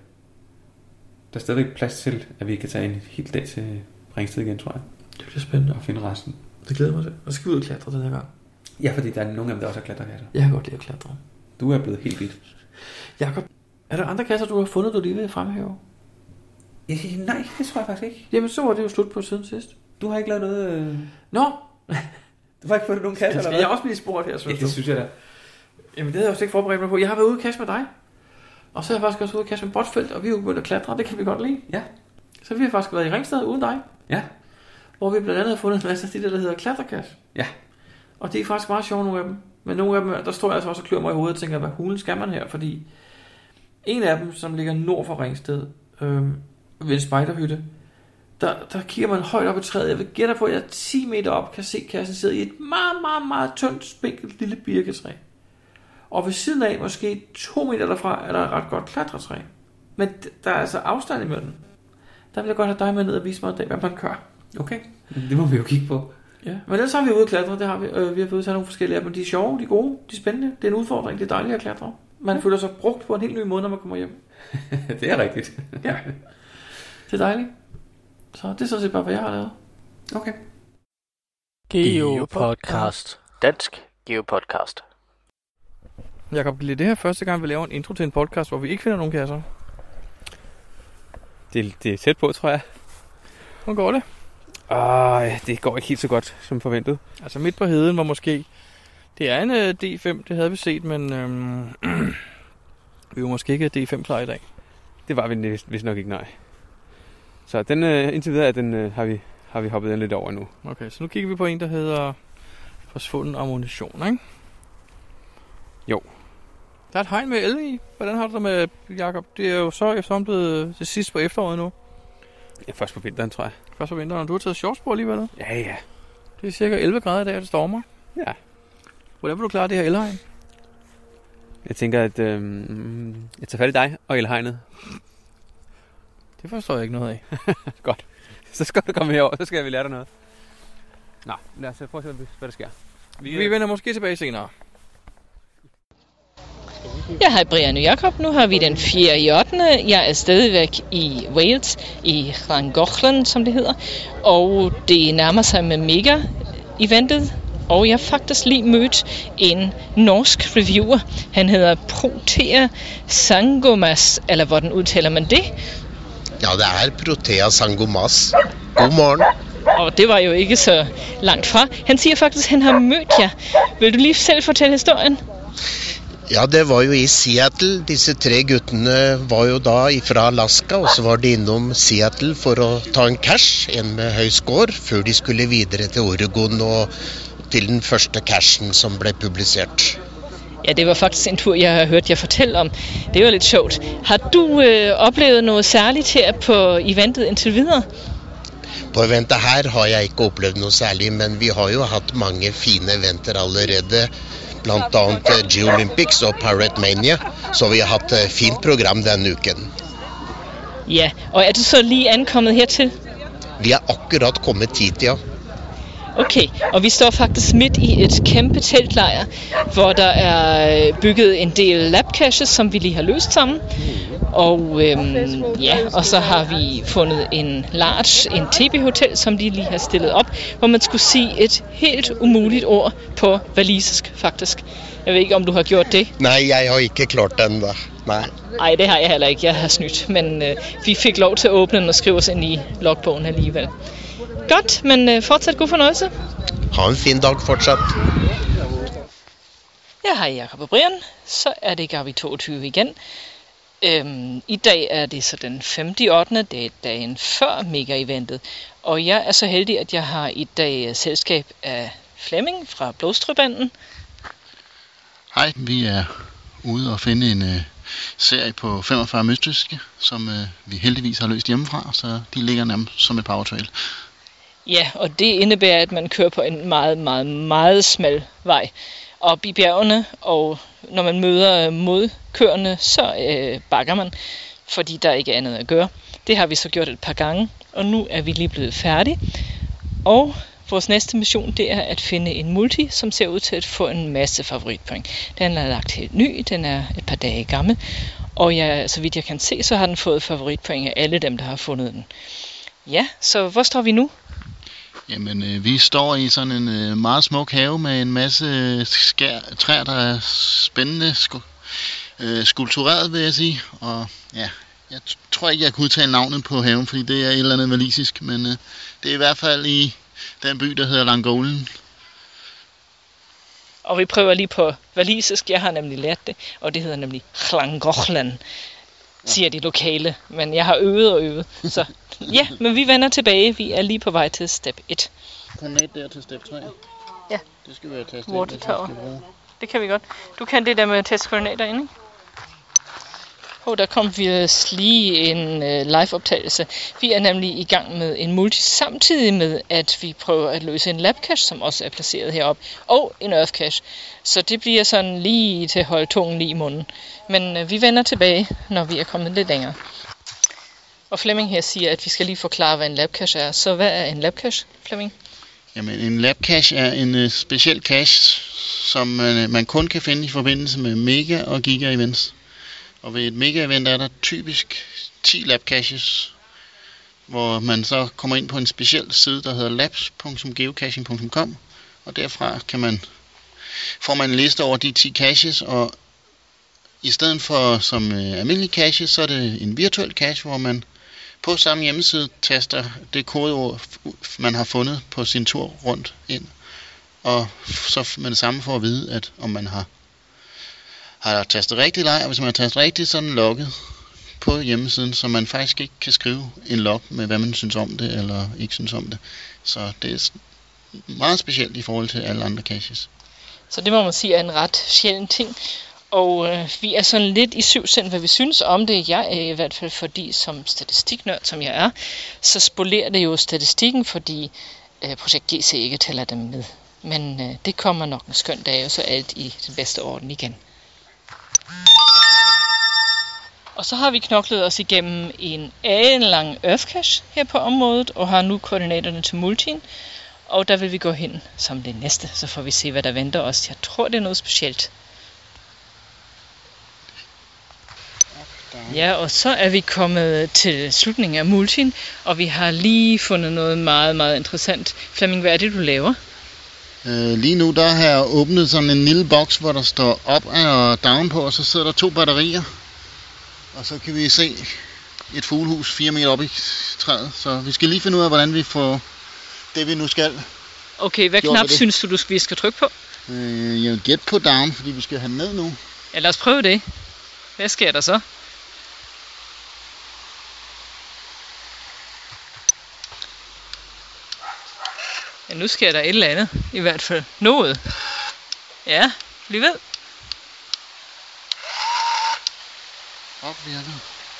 er stadigvæk plads til, at vi kan tage en hel dag til Ringsted igen, tror jeg. Det bliver spændende. Og finde resten. Det glæder mig til. Og så skal vi ud og klatre den her gang. Ja, fordi der er nogle af dem, der også har klatrekasser. Jeg kan godt lide at klatre. Du er blevet helt vildt. Jakob, er der andre kasser, du har fundet, du lige vil fremhæve? Ja, nej, det tror jeg faktisk ikke. Jamen, så var det jo slut på siden sidst. Du har ikke lavet noget... Øh... Nå! Du har ikke fundet nogen kasser, eller hvad? Jeg også blive spurgt her, synes ja, det synes jeg da. Jamen, det havde jeg også ikke forberedt mig på. Jeg har været ude og kasse med dig. Og så har jeg faktisk også ude og kasse med Botfeldt, og vi er jo begyndt at klatre, det kan vi godt lide. Ja. Så vi har faktisk været i Ringsted uden dig. Ja. Hvor vi blandt andet har fundet en masse af de der, der hedder klatrekasse. Ja. Og det er faktisk meget sjovt, nogle af dem. Men nogle af dem, der står jeg altså også og klør mig i hovedet og tænker, hvad hulen skal man her? Fordi en af dem, som ligger nord for Ringsted, øh, ved en spejderhytte, der, der kigger man højt op i træet. Jeg vil gætte på, at jeg ti meter op kan se kassen sidde i et meget, meget, meget tyndt, spinkelt lille birketræ. Og ved siden af, måske to meter derfra, er der et ret godt klatretræ. Men der er altså afstand imellem. Der vil jeg godt have dig med ned og vise mig, hvad man gør. Okay, det må vi jo kigge på. Ja, men ellers har vi ude at klatre, det har vi. Øh, vi har fået tage nogle forskellige af dem. De er sjove, de er gode, de er spændende. Det er en udfordring, det er dejligt at klatre. Man føler sig brugt på en helt ny måde, når man kommer hjem. Det er rigtigt. Ja, det er dejligt. Så det er sådan set bare, hvad jeg har lavet. Okay. GeoPodcast. Dansk GeoPodcast. Jakob, det er det her første gang, vi laver en intro til en podcast, hvor vi ikke finder nogen kasser. Det, det er tæt på, tror jeg. Hvordan går det? Åh, det går ikke helt så godt, som forventet. Altså midt på heden var måske... Det er en uh, D fem, det havde vi set, men øhm, vi var måske ikke D fem klar i dag. Det var vi vist nok ikke, nej. Så den, uh, indtil videre den, uh, har, vi, har vi hoppet den lidt over nu. Okay, så nu kigger vi på en, der hedder forsvunden ammunition, ikke? Jo. Der er et hegn med el i. Hvordan har du det med, Jakob? Det er jo så efterhånden blevet det sidste på efteråret nu. Ja, først på vinteren, tror jeg. Først på vinteren, og du har taget shorts på alligevel? Ja, ja. Det er cirka elleve grader i dag, og det stormer. Ja. Hvordan vil du klare det her elhegn? Jeg tænker, at øh, jeg tager fat i dig og elhegnet. Det forstår jeg ikke noget af. Godt. Så skal du komme herover, så skal vi lære dig noget. Nå, lad os prøve at se, hvad der sker. Vi, vi vender måske tilbage senere. Ja, hej Brian og Jakob. Nu har vi den fjerde i ottende Jeg er stadigvæk i Wales, i Llangollen, som det hedder. Og det nærmer sig med mega-eventet. Og jeg har faktisk lige mødt en norsk reviewer. Han hedder Protea Sangomas, eller hvordan udtaler man det? Ja, det er Protea Sangomas. God morgen. Og det var jo ikke så langt fra. Han siger faktisk, at han har mødt jer. Vil du lige selv fortælle historien? Ja, det var jo i Seattle. Disse tre guttene var jo da fra Alaska, og så var de innom Seattle for å ta en cache, en med høy score, før de skulle videre til Oregon og til den første cachen som ble publisert. Ja, det var faktisk en tur, jeg har hørt jer fortælle om. Det var lidt sjovt. Har du øh, oplevet noget særligt her på eventet indtil videre? På eventet her har jeg ikke opplevd noe særlig, men vi har jo hatt mange fine eventer allerede, blant annet Geolympics og Pirate Mania, så vi har hatt et fint program denne uken. Ja, og er du så lige ankommet hertil? Vi er akkurat kommet hit, ja. Okay, og vi står faktisk midt i et kæmpe teltlejr, hvor der er bygget en del labcaches, som vi lige har løst sammen. Og øhm, ja, og så har vi fundet en large, en T B-hotel, som de lige har stillet op, hvor man skulle sige et helt umuligt ord på walisisk, faktisk. Jeg ved ikke, om du har gjort det? Nej, jeg har ikke klart den da. Nej. Nej, det har jeg heller ikke. Jeg har snydt, men øh, vi fik lov til at åbne den og skrive os ind i logbogen alligevel. Godt, men øh, fortsat god fornøjelse. Ha en fin dag fortsat. Ja, hej Jakob og Brian. Så er det Gavi toogtyve igen. Øhm, I dag er det så den femte ottende Det er dagen før mega-eventet. Og jeg er så heldig, at jeg har i dag selskab af Flemming fra Blodstrøbanden. Hej, vi er ude og finde en øh, serie på femogfyrre mystiske, som øh, vi heldigvis har løst hjemmefra, så de ligger nærmest som et powertrail. Ja, og det indebærer, at man kører på en meget, meget, meget smal vej op i bjergene, og når man møder modkørende, så øh, bakker man, fordi der ikke er andet at gøre. Det har vi så gjort et par gange, og nu er vi lige blevet færdige. Og vores næste mission, det er at finde en multi, som ser ud til at få en masse favoritpoint. Den er lagt helt ny, den er et par dage gammel, og jeg, så vidt jeg kan se, så har den fået favoritpoint af alle dem, der har fundet den. Ja, så hvor står vi nu? Jamen, øh, vi står i sådan en øh, meget smuk have med en masse skær, træer, der er spændende sku, øh, skulptureret, vil jeg sige. Og ja, jeg t- tror ikke, jeg kan udtale navnet på haven, fordi det er et eller andet walisisk, men øh, det er i hvert fald i den by, der hedder Langolen. Og vi prøver lige på walisisk, jeg har nemlig lært det, og det hedder nemlig Llangollen, siger de lokale, men jeg har øvet og øvet, så ja, men vi vender tilbage, vi er lige på vej til step et. Koordinat der til step tre. Ja. Det skal være tastet. Water tower. Det kan vi godt. Du kan det der med testkoordinater inde, ikke? Oh, der kom vi lige en øh, live-optagelse. Vi er nemlig i gang med en multi, samtidig med, at vi prøver at løse en labcache, som også er placeret heroppe, og en earth cache. Så det bliver sådan lige til at holde tungen lige i munden. Men øh, vi vender tilbage, når vi er kommet lidt længere. Og Flemming her siger, at vi skal lige forklare, hvad en labcache er. Så hvad er en labcache, Flemming? Jamen, en labcache er en øh, speciel cache, som man, man kun kan finde i forbindelse med mega og giga events. Og ved et mega-event er der typisk ti labcaches, hvor man så kommer ind på en speciel side, der hedder labs punktum geocaching punktum com, og derfra kan man, får man en liste over de ti caches, og i stedet for som øh, almindelig cache, så er det en virtuel cache, hvor man på samme hjemmeside taster det kodeord, man har fundet på sin tur rundt ind, og så med det samme får at vide, at om man har har tastet rigtigt eller ej, og hvis man har tastet rigtigt, så er den logget på hjemmesiden, så man faktisk ikke kan skrive en log med, hvad man synes om det, eller ikke synes om det. Så det er meget specielt i forhold til alle andre caches. Så det må man sige er en ret sjælden ting, og øh, vi er sådan lidt i syvsind, hvad vi synes om det. Jeg er i hvert fald, fordi som statistiknørd, som jeg er, så spolerer det jo statistikken, fordi øh, projekt G C ikke tæller dem med. Men øh, det kommer nok en skøn dag, og så alt i den bedste orden igen. Og så har vi knoklet os igennem en alenlang earth cache her på området, og har nu koordinaterne til multien. Og der vil vi gå hen som det næste, så får vi se, hvad der venter os. Jeg tror, det er noget specielt. Ja, og så er vi kommet til slutningen af multien, og vi har lige fundet noget meget, meget interessant. Flemming, hvad er det, du laver? Øh, lige nu der har jeg åbnet sådan en lille boks, hvor der står op og down på, og så sidder der to batterier. Og så kan vi se et fuglehus fire meter op i træet. Så vi skal lige finde ud af, hvordan vi får det, vi nu skal. Okay, hvad knap synes du, vi skal trykke på? Øh, jeg vil gætte på down, fordi vi skal have den ned nu. Ja, lad os prøve det. Hvad sker der så? Ja, nu sker der et eller andet. I hvert fald noget. Ja, bliv ved. Op, vi er der.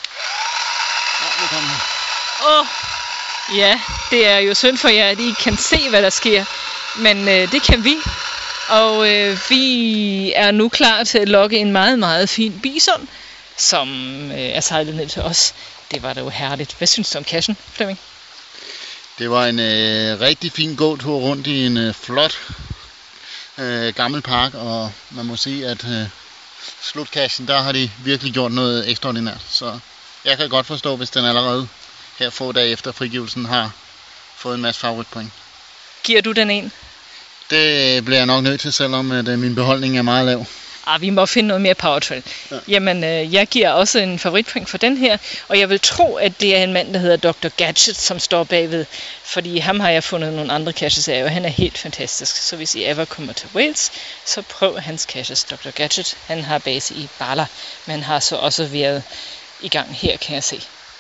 Ja, nu kommer den. Åh, oh, ja, det er jo synd for jer, at I kan se, hvad der sker. Men øh, det kan vi. Og øh, vi er nu klar til at lokke en meget, meget fin bison, som øh, er sejlet ned til os. Det var da jo herligt. Hvad synes du om cashen, Flemming? Det var en øh, rigtig fin gåtur rundt i en øh, flot øh, gammel park, og man må sige, at øh, slutcashen, der har de virkelig gjort noget ekstraordinært. Så jeg kan godt forstå, hvis den allerede her få dage efter frigivelsen har fået en masse favoritpoint. Giver du den en? Det bliver jeg nok nødt til, selvom at, øh, min beholdning er meget lav. Ah, vi må finde noget mere powertrail. Ja. Jamen, øh, jeg giver også en favoritpoint for den her, og jeg vil tro, at det er en mand, der hedder doktor Gadget, som står bagved, fordi ham har jeg fundet nogle andre caches af, og han er helt fantastisk. Så hvis I ever kommer til Wales, så prøv hans caches, doktor Gadget. Han har base i Bala, men har så også været i gang her, kan jeg se.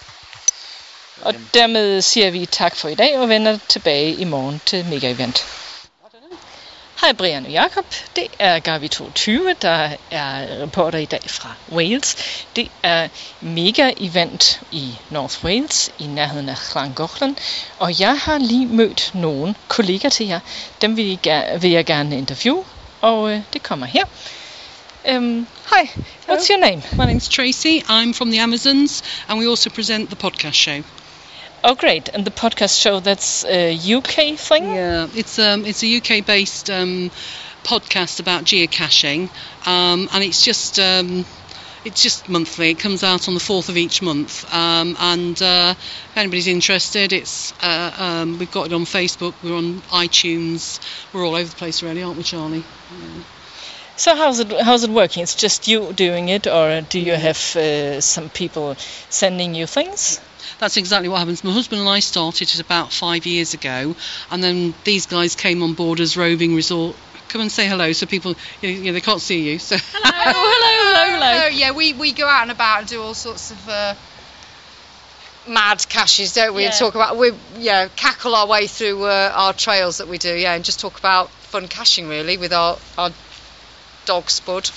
Og dermed siger vi tak for i dag, og vender tilbage i morgen til Mega Event. Hej Brian og Jakob, det er Garvi toogtyve, der er reporter i dag fra Wales. Det er mega event i North Wales, i nærheden af Llangollen, og jeg har lige mødt nogle kolleger til jer. Dem vil jeg, vil jeg gerne interviewe, og øh, det kommer her. Um, hi, what's your name? My name's Tracy, I'm from the Amazons, and we also present the podcast show. Oh, great! And the podcast show, that's a U K thing? Yeah, it's um, it's a U K-based um, podcast about geocaching, um, and it's just um, it's just monthly. It comes out on the fourth of each month, um, and uh, if anybody's interested, it's uh, um, we've got it on Facebook. We're on iTunes. We're all over the place, really, aren't we, Charlie? Yeah. So how's it how's it working? It's just you doing it, or do you have uh, some people sending you things? That's exactly what happens. My husband and I started it about five years ago, and then these guys came on board as roving resort. Come and say hello, so people, you know, they can't see you. So hello, hello, hello, hello. Oh, yeah, we, we go out and about and do all sorts of uh, mad caches, don't we? Yeah. And talk about we yeah cackle our way through uh, our trails that we do, yeah, and just talk about fun caching really with our our dog Spud.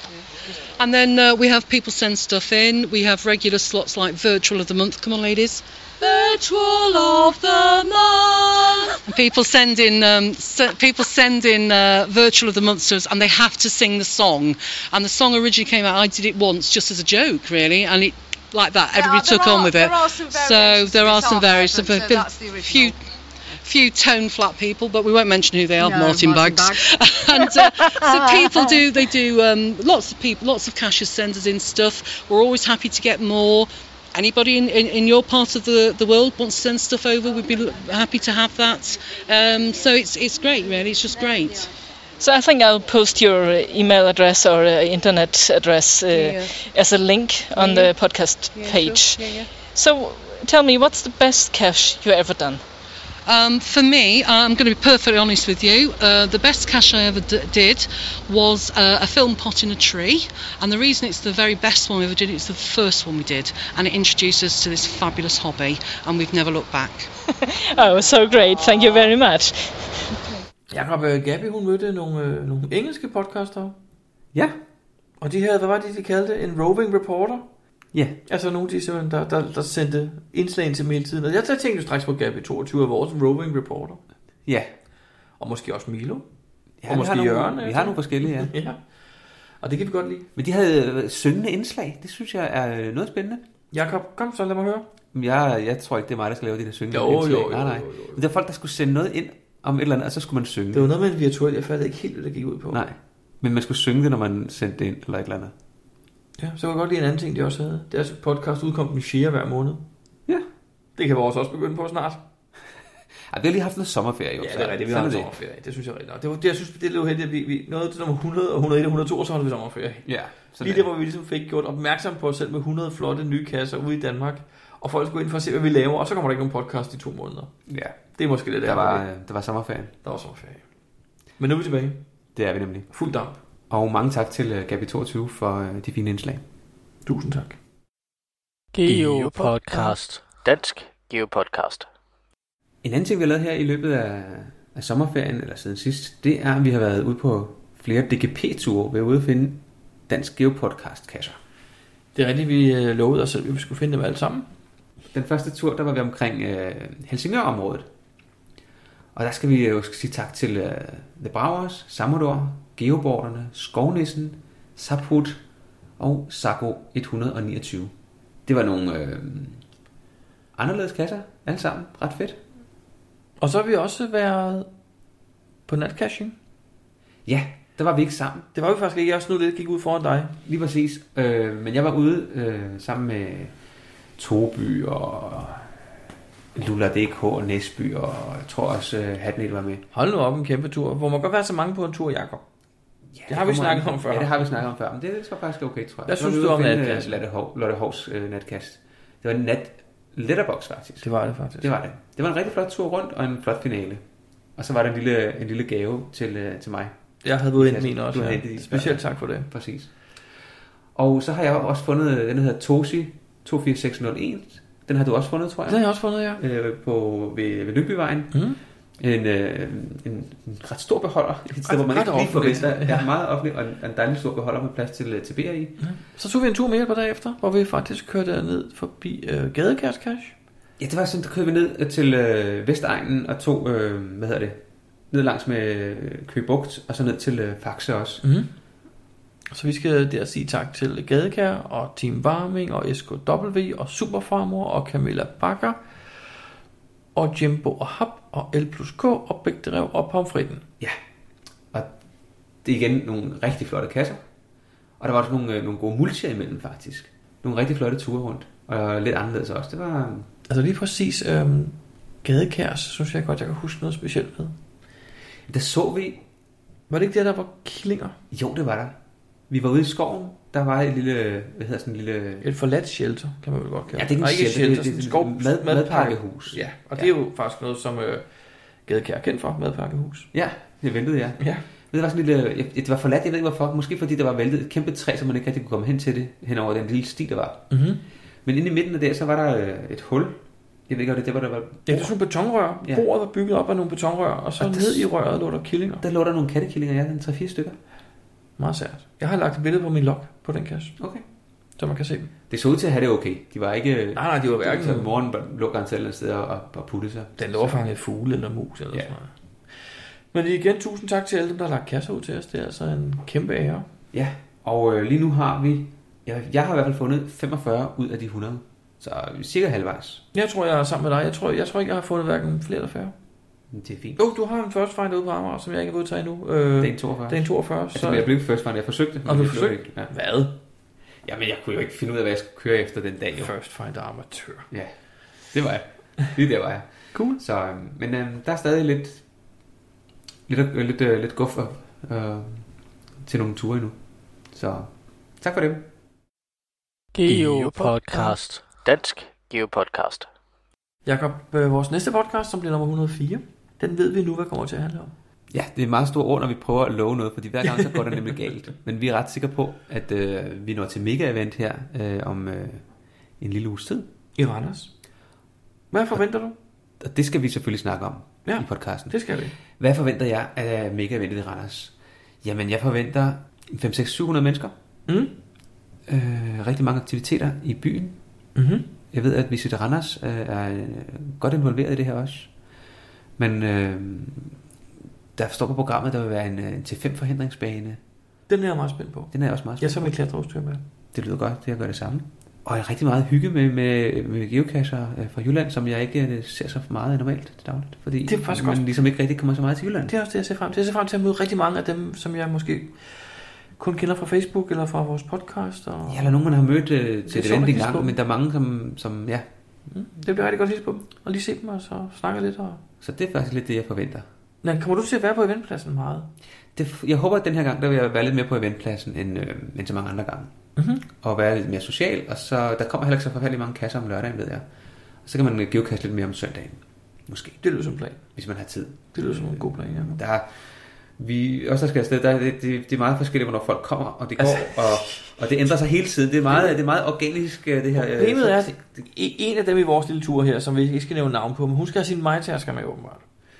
And then uh, we have people send stuff in. We have regular slots like Virtual of the Month. Come on, ladies. Virtual of the Month. And people send in um, se- people send in uh, Virtual of the Month to us, and they have to sing the song. And the song originally came out. I did it once just as a joke, really, and it like that. There Everybody are, took are, on with it. There are some so there are some variations. There, There so have that's the been original. few. Few tone flat people, but we won't mention who they are. No, Martin, Martin Bags, and uh, so people do. They do. Um, lots of people, lots of caches send us in stuff. We're always happy to get more. Anybody in, in, in your part of the, the world wants to send stuff over, we'd be happy to have that. Um, so it's it's great, really. It's just great. So I think I'll post your email address or uh, internet address uh, Yeah. as a link on Yeah. the podcast Yeah, page. sure. Yeah, yeah. So tell me, what's the best cache you ever done? Um, for me, I'm going to be perfectly honest with you. Uh, the best cache I ever d- did was uh, a film pot in a tree, and the reason it's the very best one we ever did, it's the first one we did, and it introduced us to this fabulous hobby, and we've never looked back. Oh, so great. Thank you very much. Jakob, uh, Gabby, hun mødte nogle, øh, nogle engelske podcaster. Ja. Og de havde, hvad var det, de kaldte? En roving reporter. Ja. Altså nogle, de simpelthen, der, der, der sendte indslag ind til dem hele tiden. Og jeg tænkte jo straks på Gabby toogtyve af vores roving reporter. Ja. Og måske også Milo. Ja, og vi måske har nogle, Jørgen. Vi har nogle forskellige, ja. Ja. Og det kan vi godt lide. Men de havde syngende indslag. Det synes jeg er noget spændende. Jakob, kom så, lad mig høre. Jeg, jeg tror ikke, det er mig, der skal lave de der syngende Jo, indslag. jo, jo, nej, nej. jo, jo, jo. Men der er folk, der skulle sende noget ind om et eller andet, og så skulle man synge. Det var noget med en virtuel, jeg fattede ikke helt, hvad det gik ud på. Nej, men man skulle synge det, når man sendte det ind, eller et eller andet. Ja, så kan jeg godt lide en anden ting, de også havde. Deres podcast udkom den fjerde hver måned. Ja. Det kan vores også begynde på snart. Ej, vi har lige haft noget sommerferie, jo. Ja, det er rigtigt, vi har haft sommerferie. Det synes jeg er rigtigt. Det var det, jeg synes, det er lidt uheldigt, at vi, vi nåede til nummer hundrede og hundrede og et og hundrede og to, og så havde vi sommerferie. Ja. Lige der, hvor vi ligesom fik gjort opmærksom på os selv med hundrede flotte nye kasser ude i Danmark. Og folk skulle ind for at se, hvad vi laver, og så kommer der ikke nogen podcast i to måneder. Ja. Det er måske det der. Der var, der var sommerferien. Der var sommerferie. Men nu er vi tilbage. Det er vi nemlig. Fuld damp. Og mange tak til uh, Gabi toogtyve for uh, de fine indslag. Tusind tak. GeoPodcast. Dansk GeoPodcast. En anden ting, vi har lavet her i løbet af, af sommerferien, eller siden sidst, det er, at vi har været ude på flere D G P-ture. Vi er ude at finde Dansk GeoPodcast-kasser. Det er rigtigt, vi lovede os, at vi skulle finde dem alle sammen. Den første tur, der var vi omkring øh, Helsingør-området. Og der skal vi jo sige tak til øh, The Browers, Samodor, Geoboarderne, Skovnissen, Saphut og Sago et hundrede og niogtyve. Det var nogle øh, anderledes kasser, alle sammen. Ret fedt. Og så har vi også været på natcaching. Ja, der var vi ikke sammen. Det var vi faktisk ikke. Jeg snudde lidt, gik ud foran dig. Lige præcis. Øh, men jeg var ude øh, sammen med Toby og Lula punktum d k og Næsby, og jeg tror også uh, Hatnel var med. Hold nu op, en kæmpe tur. Hvor man godt være så mange på en tur, Jakob. Ja, det har vi snakket om før. Ja, det har vi snakket om før, men det var faktisk okay, tror jeg. Hvad synes du om natkast? Lotte Hovs uh, natkast. Det var en nat letterbox, faktisk. Det var det faktisk. Det var det. Det var en rigtig flot tur rundt, og en flot finale. Og så var der en lille, en lille gave til, uh, til mig. Jeg havde været ind min også. Ja. Specielt tak for det. Præcis. Og så har jeg også fundet, den hedder Tosi to fire seks nul en. Den har du også fundet, tror jeg. Den har jeg også fundet, ja. Øh, på, ved, ved Lykkebyvejen. Mm. En, øh, en, en ret stor beholder. Et sted, hvor man ikke lige forventer. Ja. Ja, meget offentlig, og en, en dejlig stor beholder med plads til, til bære i. Ja. Så tog vi en tur mere på dag efter, hvor vi faktisk kørte ned forbi øh, Gadekærscash. Ja, det var sådan, der kørte vi ned til øh, Vestegnen og tog, øh, hvad hedder det, ned langs med øh, Køge Bugt, og så ned til øh, Faxe også. Mm. Så vi skal der sige tak til Gadekær og Team Warming og S K W og Superfarmor og Camilla Bakker og Jimbo og Hap og L plus K og Bækderev og Pomfritten. Ja, og det er igen nogle rigtig flotte kasser. Og der var også nogle, nogle gode multier imellem faktisk. Nogle rigtig flotte ture rundt. Og lidt anderledes også. Det var... Altså lige præcis øhm, Gadekærs, synes jeg godt, jeg kan huske noget specielt med. Der så vi... Var det ikke der, der var killinger? Jo, det var der. Vi var ude i skoven. Der var et lille, hvad hedder sådan en lille... Et forladt shelter, kan man vel godt kalde. Ja, det er ikke, ikke shelter, det er et skov, mad, madpakkehus. Ja, og ja. Det er jo faktisk noget, som øh, Gadekær er kendt for, madpakkehus. Ja, det ventede jeg. Ja. Det var sådan en lille, det var forladt, jeg ved ikke hvorfor. Måske fordi der var væltet et kæmpe træ, så man ikke rigtig kunne komme hen til det, hen over den lille sti, der var. Mm-hmm. Men inde i midten af det, så var der et hul. Jeg ved ikke, hvad det var, der var... Ja, det var sådan nogle betonrør. Ja. Bordet var bygget op af nogle betonrør, og så og ned der, i røret lå der killinger. Der lå der nogle kattekillinger, ja, en tre fire stykker. Meget sært. Jeg har lagt et billede på min log på den kasse. Okay. Så man kan se dem. Det så ud til at have det okay. De var ikke... Nej, nej, de var hverken... Så morgen lå garanteret et eller andet sted og, og putte sig. Den lå fanget fugle eller mus eller ja. Sådan noget. Men igen, tusind tak til alle dem, der har lagt kasser ud til os. Det er altså en kæmpe ære. Ja, og øh, lige nu har vi... Jeg, jeg har i hvert fald fundet femogfyrre ud af de hundrede. Så cirka halvvejs. Jeg tror, jeg er sammen med dig. Jeg tror, jeg tror ikke, jeg har fundet hverken flere eller færre. Det er fint. Jo, oh, du har en first find ude på Amager, som jeg ikke har udtaget endnu. Øh, det er en toogfyrre. Det er en toogfyrre. Altså, så... jeg blev ikke first find, jeg forsøgte. Og du forsøgte? Ja. Hvad? Jamen, jeg kunne jo ikke finde ud af, hvad jeg skulle køre efter den dag. Jo. First find amatør. Ja, det var jeg. Lige der var jeg. Cool. Så, øh, men øh, der er stadig lidt, lidt, øh, lidt, øh, lidt guffer øh, til nogle ture endnu. Så tak for dem. GeoPodcast. Dansk GeoPodcast. Jakob, øh, vores næste podcast, som bliver nummer et hundrede og fire, den ved vi nu, hvad kommer til at handle om. Ja, det er meget store ord, når vi prøver at love noget, fordi hver gang så går det nemlig galt. Men vi er ret sikre på, at øh, vi når til mega-event her øh, om øh, en lille uges tid. I Randers. Hvad forventer du? Og det skal vi selvfølgelig snakke om ja, i podcasten. Det skal vi. Hvad forventer jeg af mega-eventet i Randers? Jamen, jeg forventer fem seks syv hundrede mennesker. Mm. Øh, rigtig mange aktiviteter i byen. Mm-hmm. Jeg ved, at Visit Randers øh, er godt involveret i det her også. Men øh, der står på programmet, der vil være en, en T fem forhindringsbane. Den er jeg meget spændt på. Den er jeg også meget spændt på. Jeg så med klatreudstyr med. Det lyder godt, det jeg gør det samme. Og jeg er rigtig meget hygge med, med, med geocacher fra Jylland, som jeg ikke ser så meget normalt til dagligt. Fordi det er faktisk man også... ligesom ikke rigtig kommer så meget til Jylland. Det er også det, jeg ser frem til. Jeg ser frem til at møde rigtig mange af dem, som jeg måske kun kender fra Facebook eller fra vores podcast. Og... Ja, eller nogen, man har mødt øh, til et event engang, men der er mange, som, som ja... Mm, det bliver rigtig godt at hilse på dem, og lige se dem, og så snakke lidt. Og... Så det er faktisk lidt det, jeg forventer. Men kommer du til at være på eventpladsen meget? Det, jeg håber, at den her gang, der vil jeg være lidt mere på eventpladsen, end, øh, end så mange andre gange. Mm-hmm. Og være lidt mere social, og så der kommer heller ikke så forfærdelig mange kasser om lørdagen, ved jeg. Og så kan man geocache lidt mere om søndagen, måske. Det lyder som en plan. Hvis man har tid. Det lyder som en god plan, ja. Der er Vi også der skal afsted, der, det, det, det er meget forskelligt, hvornår folk kommer, og det går, og, og det ændrer sig hele tiden. Det er meget, det er meget organisk, det her. Problemet er, at en af dem i vores lille tur her, som vi ikke skal nævne navn på, men hun skal have sine majtasker med åbenbart.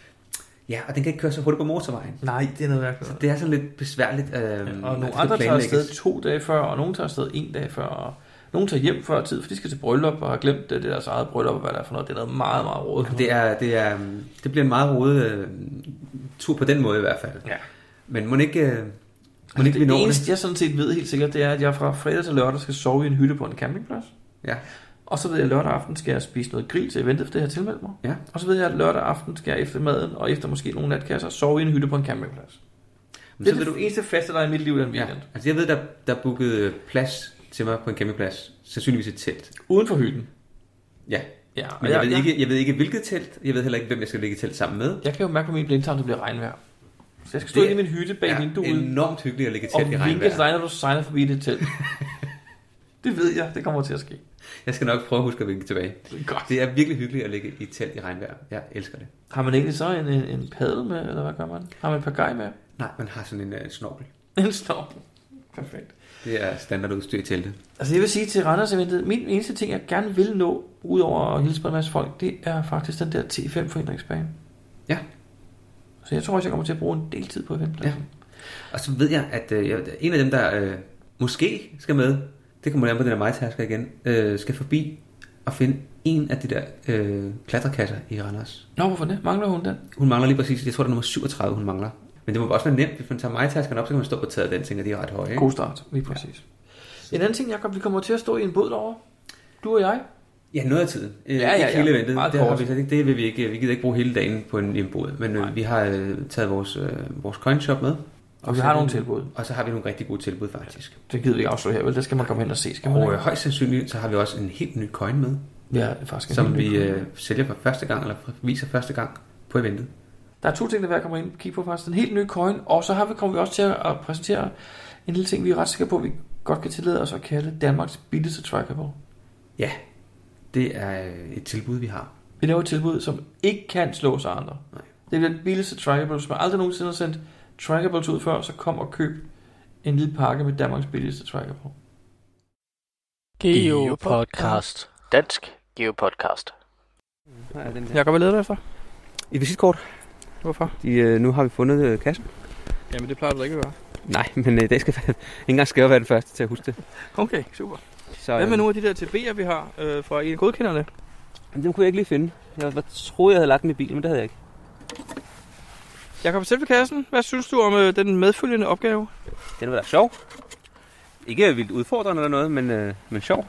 Ja, og den kan ikke køre så hurtigt på motorvejen. Nej, det er noget værkt. Så det er sådan lidt besværligt. Øh, ja, og nogle andre tager afsted to dage før, og nogle tager afsted en dag før, og nogle tager hjem før tid, for de skal til bryllup, og har glemt det, det deres eget bryllup, og hvad der er for noget. Det er noget meget, meget rodet. Det, er, det, er, det bliver en meget rodet øh, tur på den måde i hvert fald. Ja. Men må ikke... Øh, må ikke det eneste, jeg sådan set ved helt sikkert, det er, at jeg fra fredag til lørdag skal sove i en hytte på en campingplads. Ja. Og så ved jeg, at lørdag aften skal jeg spise noget grill til eventet, for det har tilmeldt mig. Ja. Og så ved jeg, at lørdag aften skal jeg efter maden, og efter måske nogle natkasser, sove i en hytte på en campingplads. Men det er det du... eneste faste, der er i mit liv i den weekend. Ja. Altså jeg ved, der, der er booket plads til mig på en campingplads, sandsynligvis et telt. Uden for hytten? Ja. Ja, men jeg, jeg, ved ikke, jeg ved ikke, hvilket telt. Jeg ved heller ikke, hvem jeg skal ligge i telt sammen med. Jeg kan jo mærke på min blindtarm, det bliver regnvejr. Så jeg skal stå i min hytte bag vinduet. Det er enormt hyggeligt at ligge i telt i regnvejr. Og vinke til dig, når du sejler forbi det telt. Det ved jeg, det kommer til at ske. Jeg skal nok prøve at huske at vinke tilbage. Det er godt. Det er virkelig hyggeligt at ligge i telt i regnvejr. Jeg elsker det. Har man egentlig så en, en, en paddel med, eller hvad gør man? Har man en pagaj med? Nej, man har sådan en uh, snorkel. En snorkel. Perfekt. Det er standardudstyr i teltet. Altså jeg vil sige til Randers eventet, min eneste ting, jeg gerne vil nå, udover at hilse på en masse folk, det er faktisk den der T fem forhindringsbane. Ja. Så jeg tror også, jeg kommer til at bruge en del tid på eventpladsen. Ja. Og så ved jeg, at øh, en af dem, der øh, måske skal med, det kommer an på den der majtasker igen, øh, skal forbi og finde en af de der øh, klatrekasser i Randers. Nå, hvorfor det? Mangler hun den? Hun mangler lige præcis, jeg tror det er nummer syvogtredive, hun mangler. Men det må også være nemt, hvis man tager majtaskerne op, så kan man stå på taget den, tænker de er ret høje. Ikke? God start, lige præcis. Ja. En anden ting, Jacob, vi kommer til at stå i en båd derovre. Du og jeg. Ja, noget af tiden. Ja, ja, ja. Ikke hele eventet. Meget det, har vi, det vil vi ikke. Vi gider ikke bruge hele dagen på en, en båd. Men øh, vi har øh, taget vores, øh, vores coinshop med. Og, og vi har nogle tilbud. Og så har vi nogle rigtig gode tilbud, faktisk. Det gider vi ikke afsløre her, vel? Det skal man komme hen og se. Skal man og øh, højst sandsynligt, så har vi også en helt ny coin med. Ja, faktisk. Som vi øh, sælger for første gang, eller viser første gang på eventet. Der er to ting, der er værd at komme ind og kigge på faktisk. En helt ny coin, og så har vi, kommer vi også til at præsentere en lille ting, vi er ret sikre på, at vi godt kan tillade os at kalde Danmarks billigste trackable. Ja, det er et tilbud, vi har. Vi laver et tilbud, som ikke kan slås af andre. Nej. Det er den billigste trackable. Hvis man aldrig nogensinde har sendt trackables ud før, så kom og køb en lille pakke med Danmarks billigste trackable. GeoPodcast. Dansk GeoPodcast. Jeg går vel lede efter? Et visitkort. Hvorfor? De, øh, nu har vi fundet øh, kassen. Jamen det plejer du ikke at gøre. Nej, men øh, det skal ikke engang skal jeg være den første til at huske det. Okay, super. Så, hvad med nogle af de der T B'er, vi har øh, fra en af godkenderne? Dem kunne jeg ikke lige finde. Jeg troede, jeg havde lagt dem i bilen, men det havde jeg ikke. Jakob, selv kassen. Hvad synes du om øh, den medfølgende opgave? Den var da sjov. Ikke vildt udfordrende eller noget, men, øh, men sjov.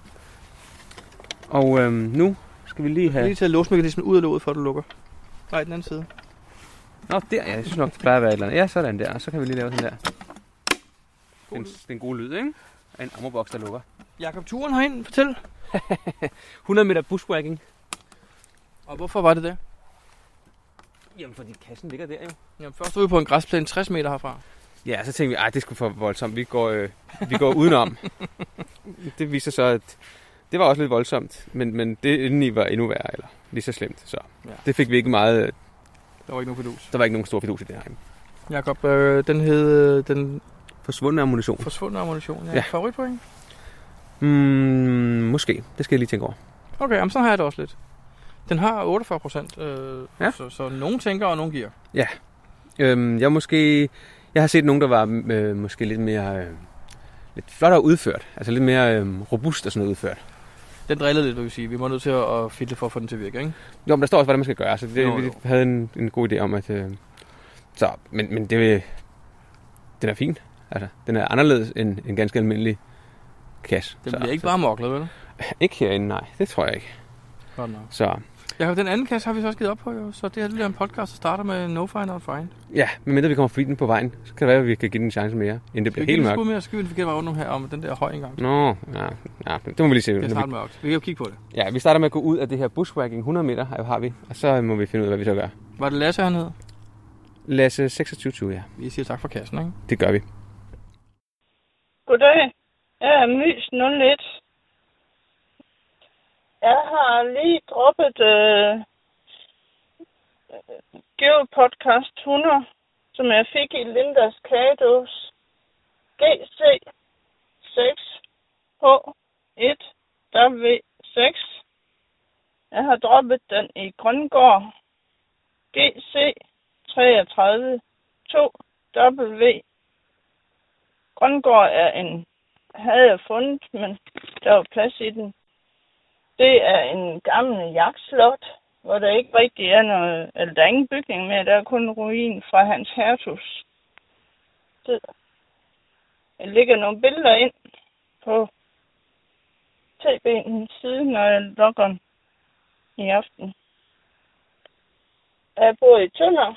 Og øh, nu skal vi lige have... Lige tage låsmekanismen ud af låget, før du lukker. Nej, den anden side. Nå, der. Ja, jeg synes nok, det plejer at være et eller andet. Ja, sådan der. Og så kan vi lige lave sådan der. Den, den gode lyd, ikke? En ammoboks, der lukker. Jakob, turen herind, fortæl. hundrede meter bushwhacking. Og hvorfor var det det? Jamen, fordi kassen ligger der jo. Jamen, først var vi på en græsplæne tres meter herfra. Ja, så tænkte vi, at det skulle for voldsomt. Vi går, øh, vi går udenom. Det viser så, at det var også lidt voldsomt. Men, men det indeni var endnu værre, eller lige så slemt. Så ja. Det fik vi ikke meget... Der var ikke nogen fidus. Der var ikke nogen stor fidus i det her. Jakob, øh, den hed... Den Forsvundne ammunition. Forsvundne ammunition, ja. ja. Favoritpoint? Mm, måske. Det skal jeg lige tænke over. Okay, jamen, så har jeg det også lidt. Den har otteogfyrre procent, øh, ja. så, så nogen tænker, og nogen giver. Ja. Øhm, jeg måske... Jeg har set nogen, der var øh, måske lidt mere... Øh, lidt flottere udført. Altså lidt mere øh, robust og sådan noget udført. Den drillede lidt, vil jeg sige. Vi må nødt til at fiddle for at få den til at virke, ikke? Jo, men der står også, hvordan man skal gøre. Så det, jo, vi jo. havde en, en god idé om, at... Øh, så, men, men det... Den er fin. Altså, den er anderledes end en ganske almindelig kasse. Den bliver så, ikke så, bare moklet, vel? Ikke herinde, nej. Det tror jeg ikke. Godt nok. Så... Ja, den anden kasse har vi så også givet op på, jo. Så det er lidt en podcast, der starter med No Find Not Find. Ja, men mindre vi kommer forbi den på vejen, så kan det være, at vi kan give den en chance mere, inden det bliver helt mørkt. Skal vi mere skyde, vi kan bare rundt her om den der høj engang. Nå, ja, ja, det må vi lige se. Det er snart mørkt. Vi kan jo kigge på det. Ja, vi starter med at gå ud af det her bushwhacking, hundrede meter har vi, og så må vi finde ud af, hvad vi så gør. Var det Lasse, han hed? Lasse seksogtyve tyve, ja. Vi siger tak for kassen, ikke? Det gør vi. Goddag. Jeg er Mys nul et. Jeg har lige droppet øh, GeoPodcast hundrede som jeg fik i Lindas kagedås. G C seks H et W seks. Jeg har droppet den i Grøngård. G C treogtredive to W. Grøngård er en, havde jeg fundet, men der var plads i den. Det er en gammel jagtslot, hvor der ikke rigtig er noget, eller der er ingen bygning mere, der er kun ruin fra hans hertugs. Jeg lægger nogle billeder ind på T B'ens side, når jeg logger den i aften. Jeg bor i Tønder,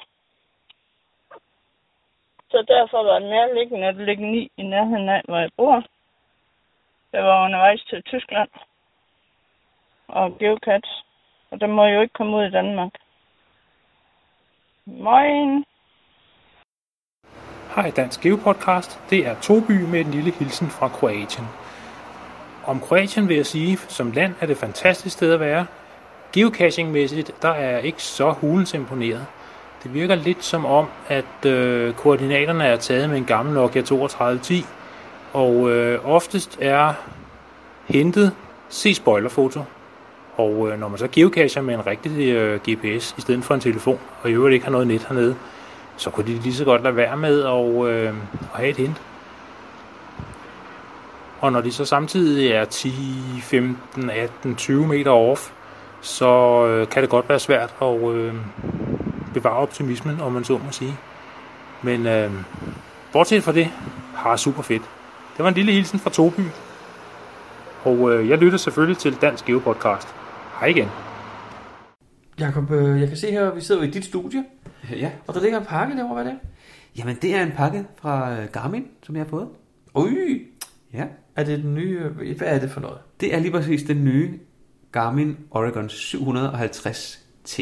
så derfor var det nærliggende at lægge ni i nærheden af, hvor jeg bor. Jeg var undervejs til Tyskland og geocache, og der må jo ikke komme ud i Danmark. Moin! Hej Dansk Geopodcast, det er Toby med en lille hilsen fra Kroatien. Om Kroatien vil jeg sige, som land er det et fantastisk sted at være. Geocaching-mæssigt, der er jeg ikke så hulens imponeret. Det virker lidt som om, at øh, koordinaterne er taget med en gammel Nokia toogtredive ti, og øh, oftest er hentet se spoilerfoto. Og øh, når man så geocacher med en rigtig øh, G P S i stedet for en telefon, og i øvrigt ikke har noget net hernede, så kunne de lige så godt lade være med at, øh, at have et hint. Og når de så samtidig er ti, femten, atten, tyve meter off, så øh, kan det godt være svært at øh, bevare optimismen, om man så må sige. Men øh, bortset fra det, har super fedt. Det var en lille hilsen fra Toby. Og øh, jeg lytter selvfølgelig til Dansk Geopodcast. Hej igen. Jakob, øh, jeg kan se her, vi sidder jo i dit studie. Ja. Og der ligger en pakke derovre, hvad er det? Jamen, det er en pakke fra Garmin, som jeg har fået. Ui! Ja. Er det den nye? Hvad er det for noget? Det er lige præcis den nye Garmin Oregon syv hundrede og halvtreds T.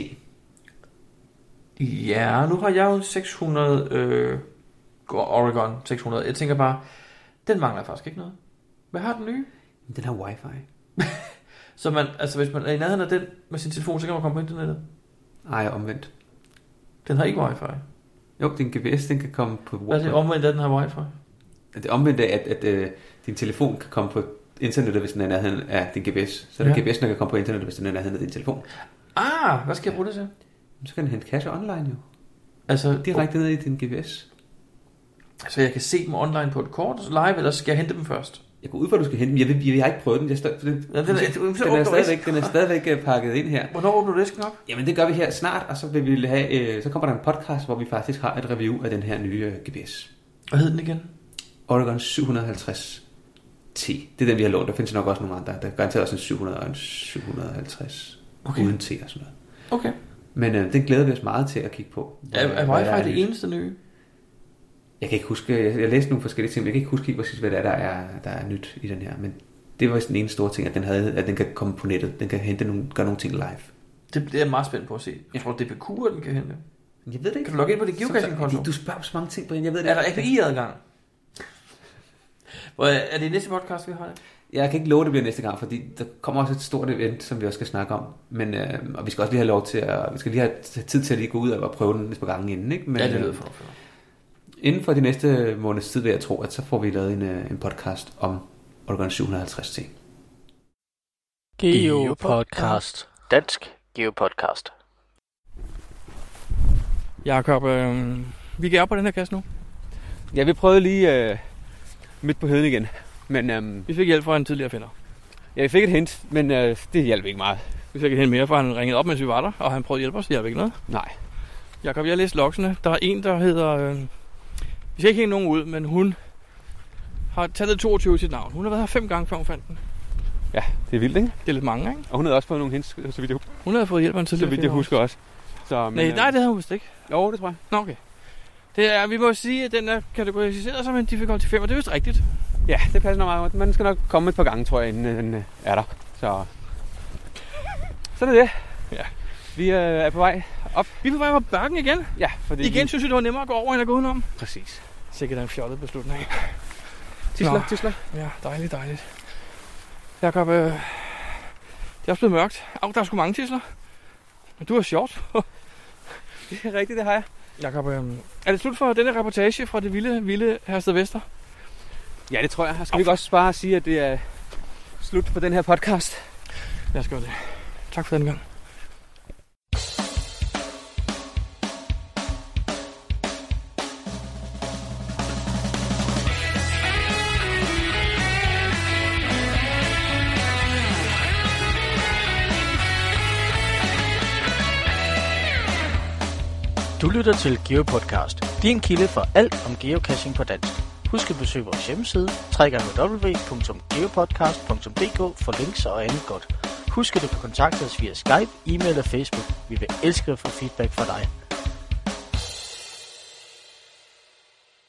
Ja, nu har jeg jo seks hundrede øh, Oregon seks hundrede. Jeg tænker bare, den mangler faktisk ikke noget. Hvad har den nye? Den har wifi. Så man, altså hvis man er i nærheden af den med sin telefon, så kan man komme på internettet? Nej, omvendt. Den har ikke wifi? Jo, din G P S, den kan komme på... Hvad er det omvendt, at den har wifi? Det omvendt er, at, at, at uh, din telefon kan komme på internettet, hvis den er i nærheden af din G P S. Så ja. G P S'en kan komme på internettet, hvis den er i nærheden af din telefon. Ah, hvad skal jeg bruge det til? Så kan den hente cache online jo. Altså direkte ned i din G P S. Så jeg kan se dem online på et kort live, eller skal jeg hente dem først? Jeg går ud for, at du skal hente dem. Jeg, vil, jeg, jeg har ikke prøvet den. Jeg stod, den, ja, den, er, den, den, er stadigvæk, den er stadigvæk pakket ind her. Hvornår åbner du disken op? Jamen det gør vi her snart, og så vil vi have, øh, så kommer der en podcast, hvor vi faktisk har et review af den her nye øh, G P S. Hvad hed den igen? Oregon syv hundrede og halvtreds T. Det er den, vi har lånt. Der findes nok også nogle andre. Der er garanteret også en syv hundrede og en syv hundrede og halvtreds. Okay. Uden T og sådan noget. Okay. Men øh, den glæder vi os meget til at kigge på. Er, er wifi det eneste nye? Jeg kan ikke huske, jeg, jeg læste nogle forskellige ting, men jeg kan ikke huske helt præcis, hvad der er, der er, der er nyt i den her. Men det var den ene store ting, at den, havde, at den kan komme på nettet. Den kan hente nogle, gøre nogle ting live. Det, det er jeg meget spændt på at se. Jeg tror, det er D P Q, den kan hente. Jeg ved det ikke. Kan du logge ind på det geocaching-konto? Du spørger så mange ting, Brian. Jeg ved det er der A P I-adgang? Er det næste podcast, vi har det? Jeg kan ikke love, det bliver næste gang, fordi der kommer også et stort event, som vi også skal snakke om. Men, øh, og vi skal også lige have lov til at, vi skal lige have tid til at lige gå ud og prøve den på gangen inden. Ikke? Men, ja, det lyder for for. Inden for de næste måneds tid vil jeg tro, at så får vi lavet en, en podcast om Oregon syv hundrede og halvtreds T. Geopodcast. Dansk Geopodcast. Jakob, øh, vi går op på den her kasse nu. Ja, vi prøvede lige øh, midt på heden igen. Men, øh, vi fik hjælp fra en tidligere finder. Ja, vi fik et hint, men øh, det hjalp ikke meget. Vi fik et hint mere, for han ringede op, mens vi var der, og han prøvede at hjælpe os. Det hjalp ikke noget. Nej. Jakob, jeg har læst logsene. Der er en, der hedder... Øh, vi skal ikke hænge nogen ud, men hun har taget toogtyve i sit navn. Hun har været her fem gange, før hun fandt den. Ja, det er vildt, ikke? Det er lidt mange, ikke? Og hun havde også fået nogle hints, så vidt jeg Hun havde fået hjælp af en tidligere Så vidt jeg husker også. Så, men, nej, nej, det havde hun vist ikke. Jo, det tror jeg. Nå, okay. Det er, vi må sige, at den er kategoriseret som en difficult fem, og det er vist rigtigt. Ja, det passer nok meget. Man skal nok komme et par gange, tror jeg, inden den er der. Så sådan er det. Ja. Vi øh, er på vej op. Vi er på vej på bakken igen. Ja, fordi igen vi... synes jeg, det var nemmere at gå over, end at gå udenom. Præcis. Sikkert en fjollet beslutning. Tisler, tisler. Ja, dejligt, dejligt. Jakob, øh, det er også blevet mørkt. Au, der er sgu mange tisler. Men du har short. Det er rigtigt, det har jeg. Jakob, øh, er det slut for denne reportage fra det vilde, vilde Hersted Vester? Ja, det tror jeg. Skal vi ikke også bare sige, at det er slut på den her podcast? Lad os gøre det. Tak for den gang. Du lytter til GeoPodcast, din kilde for alt om geocaching på dansk. Husk at besøge vores hjemmeside, w w w punktum geopodcast punktum d k for links og andet godt. Husk at du kan kontakte os via Skype, e-mail og Facebook. Vi vil elske at få feedback fra dig.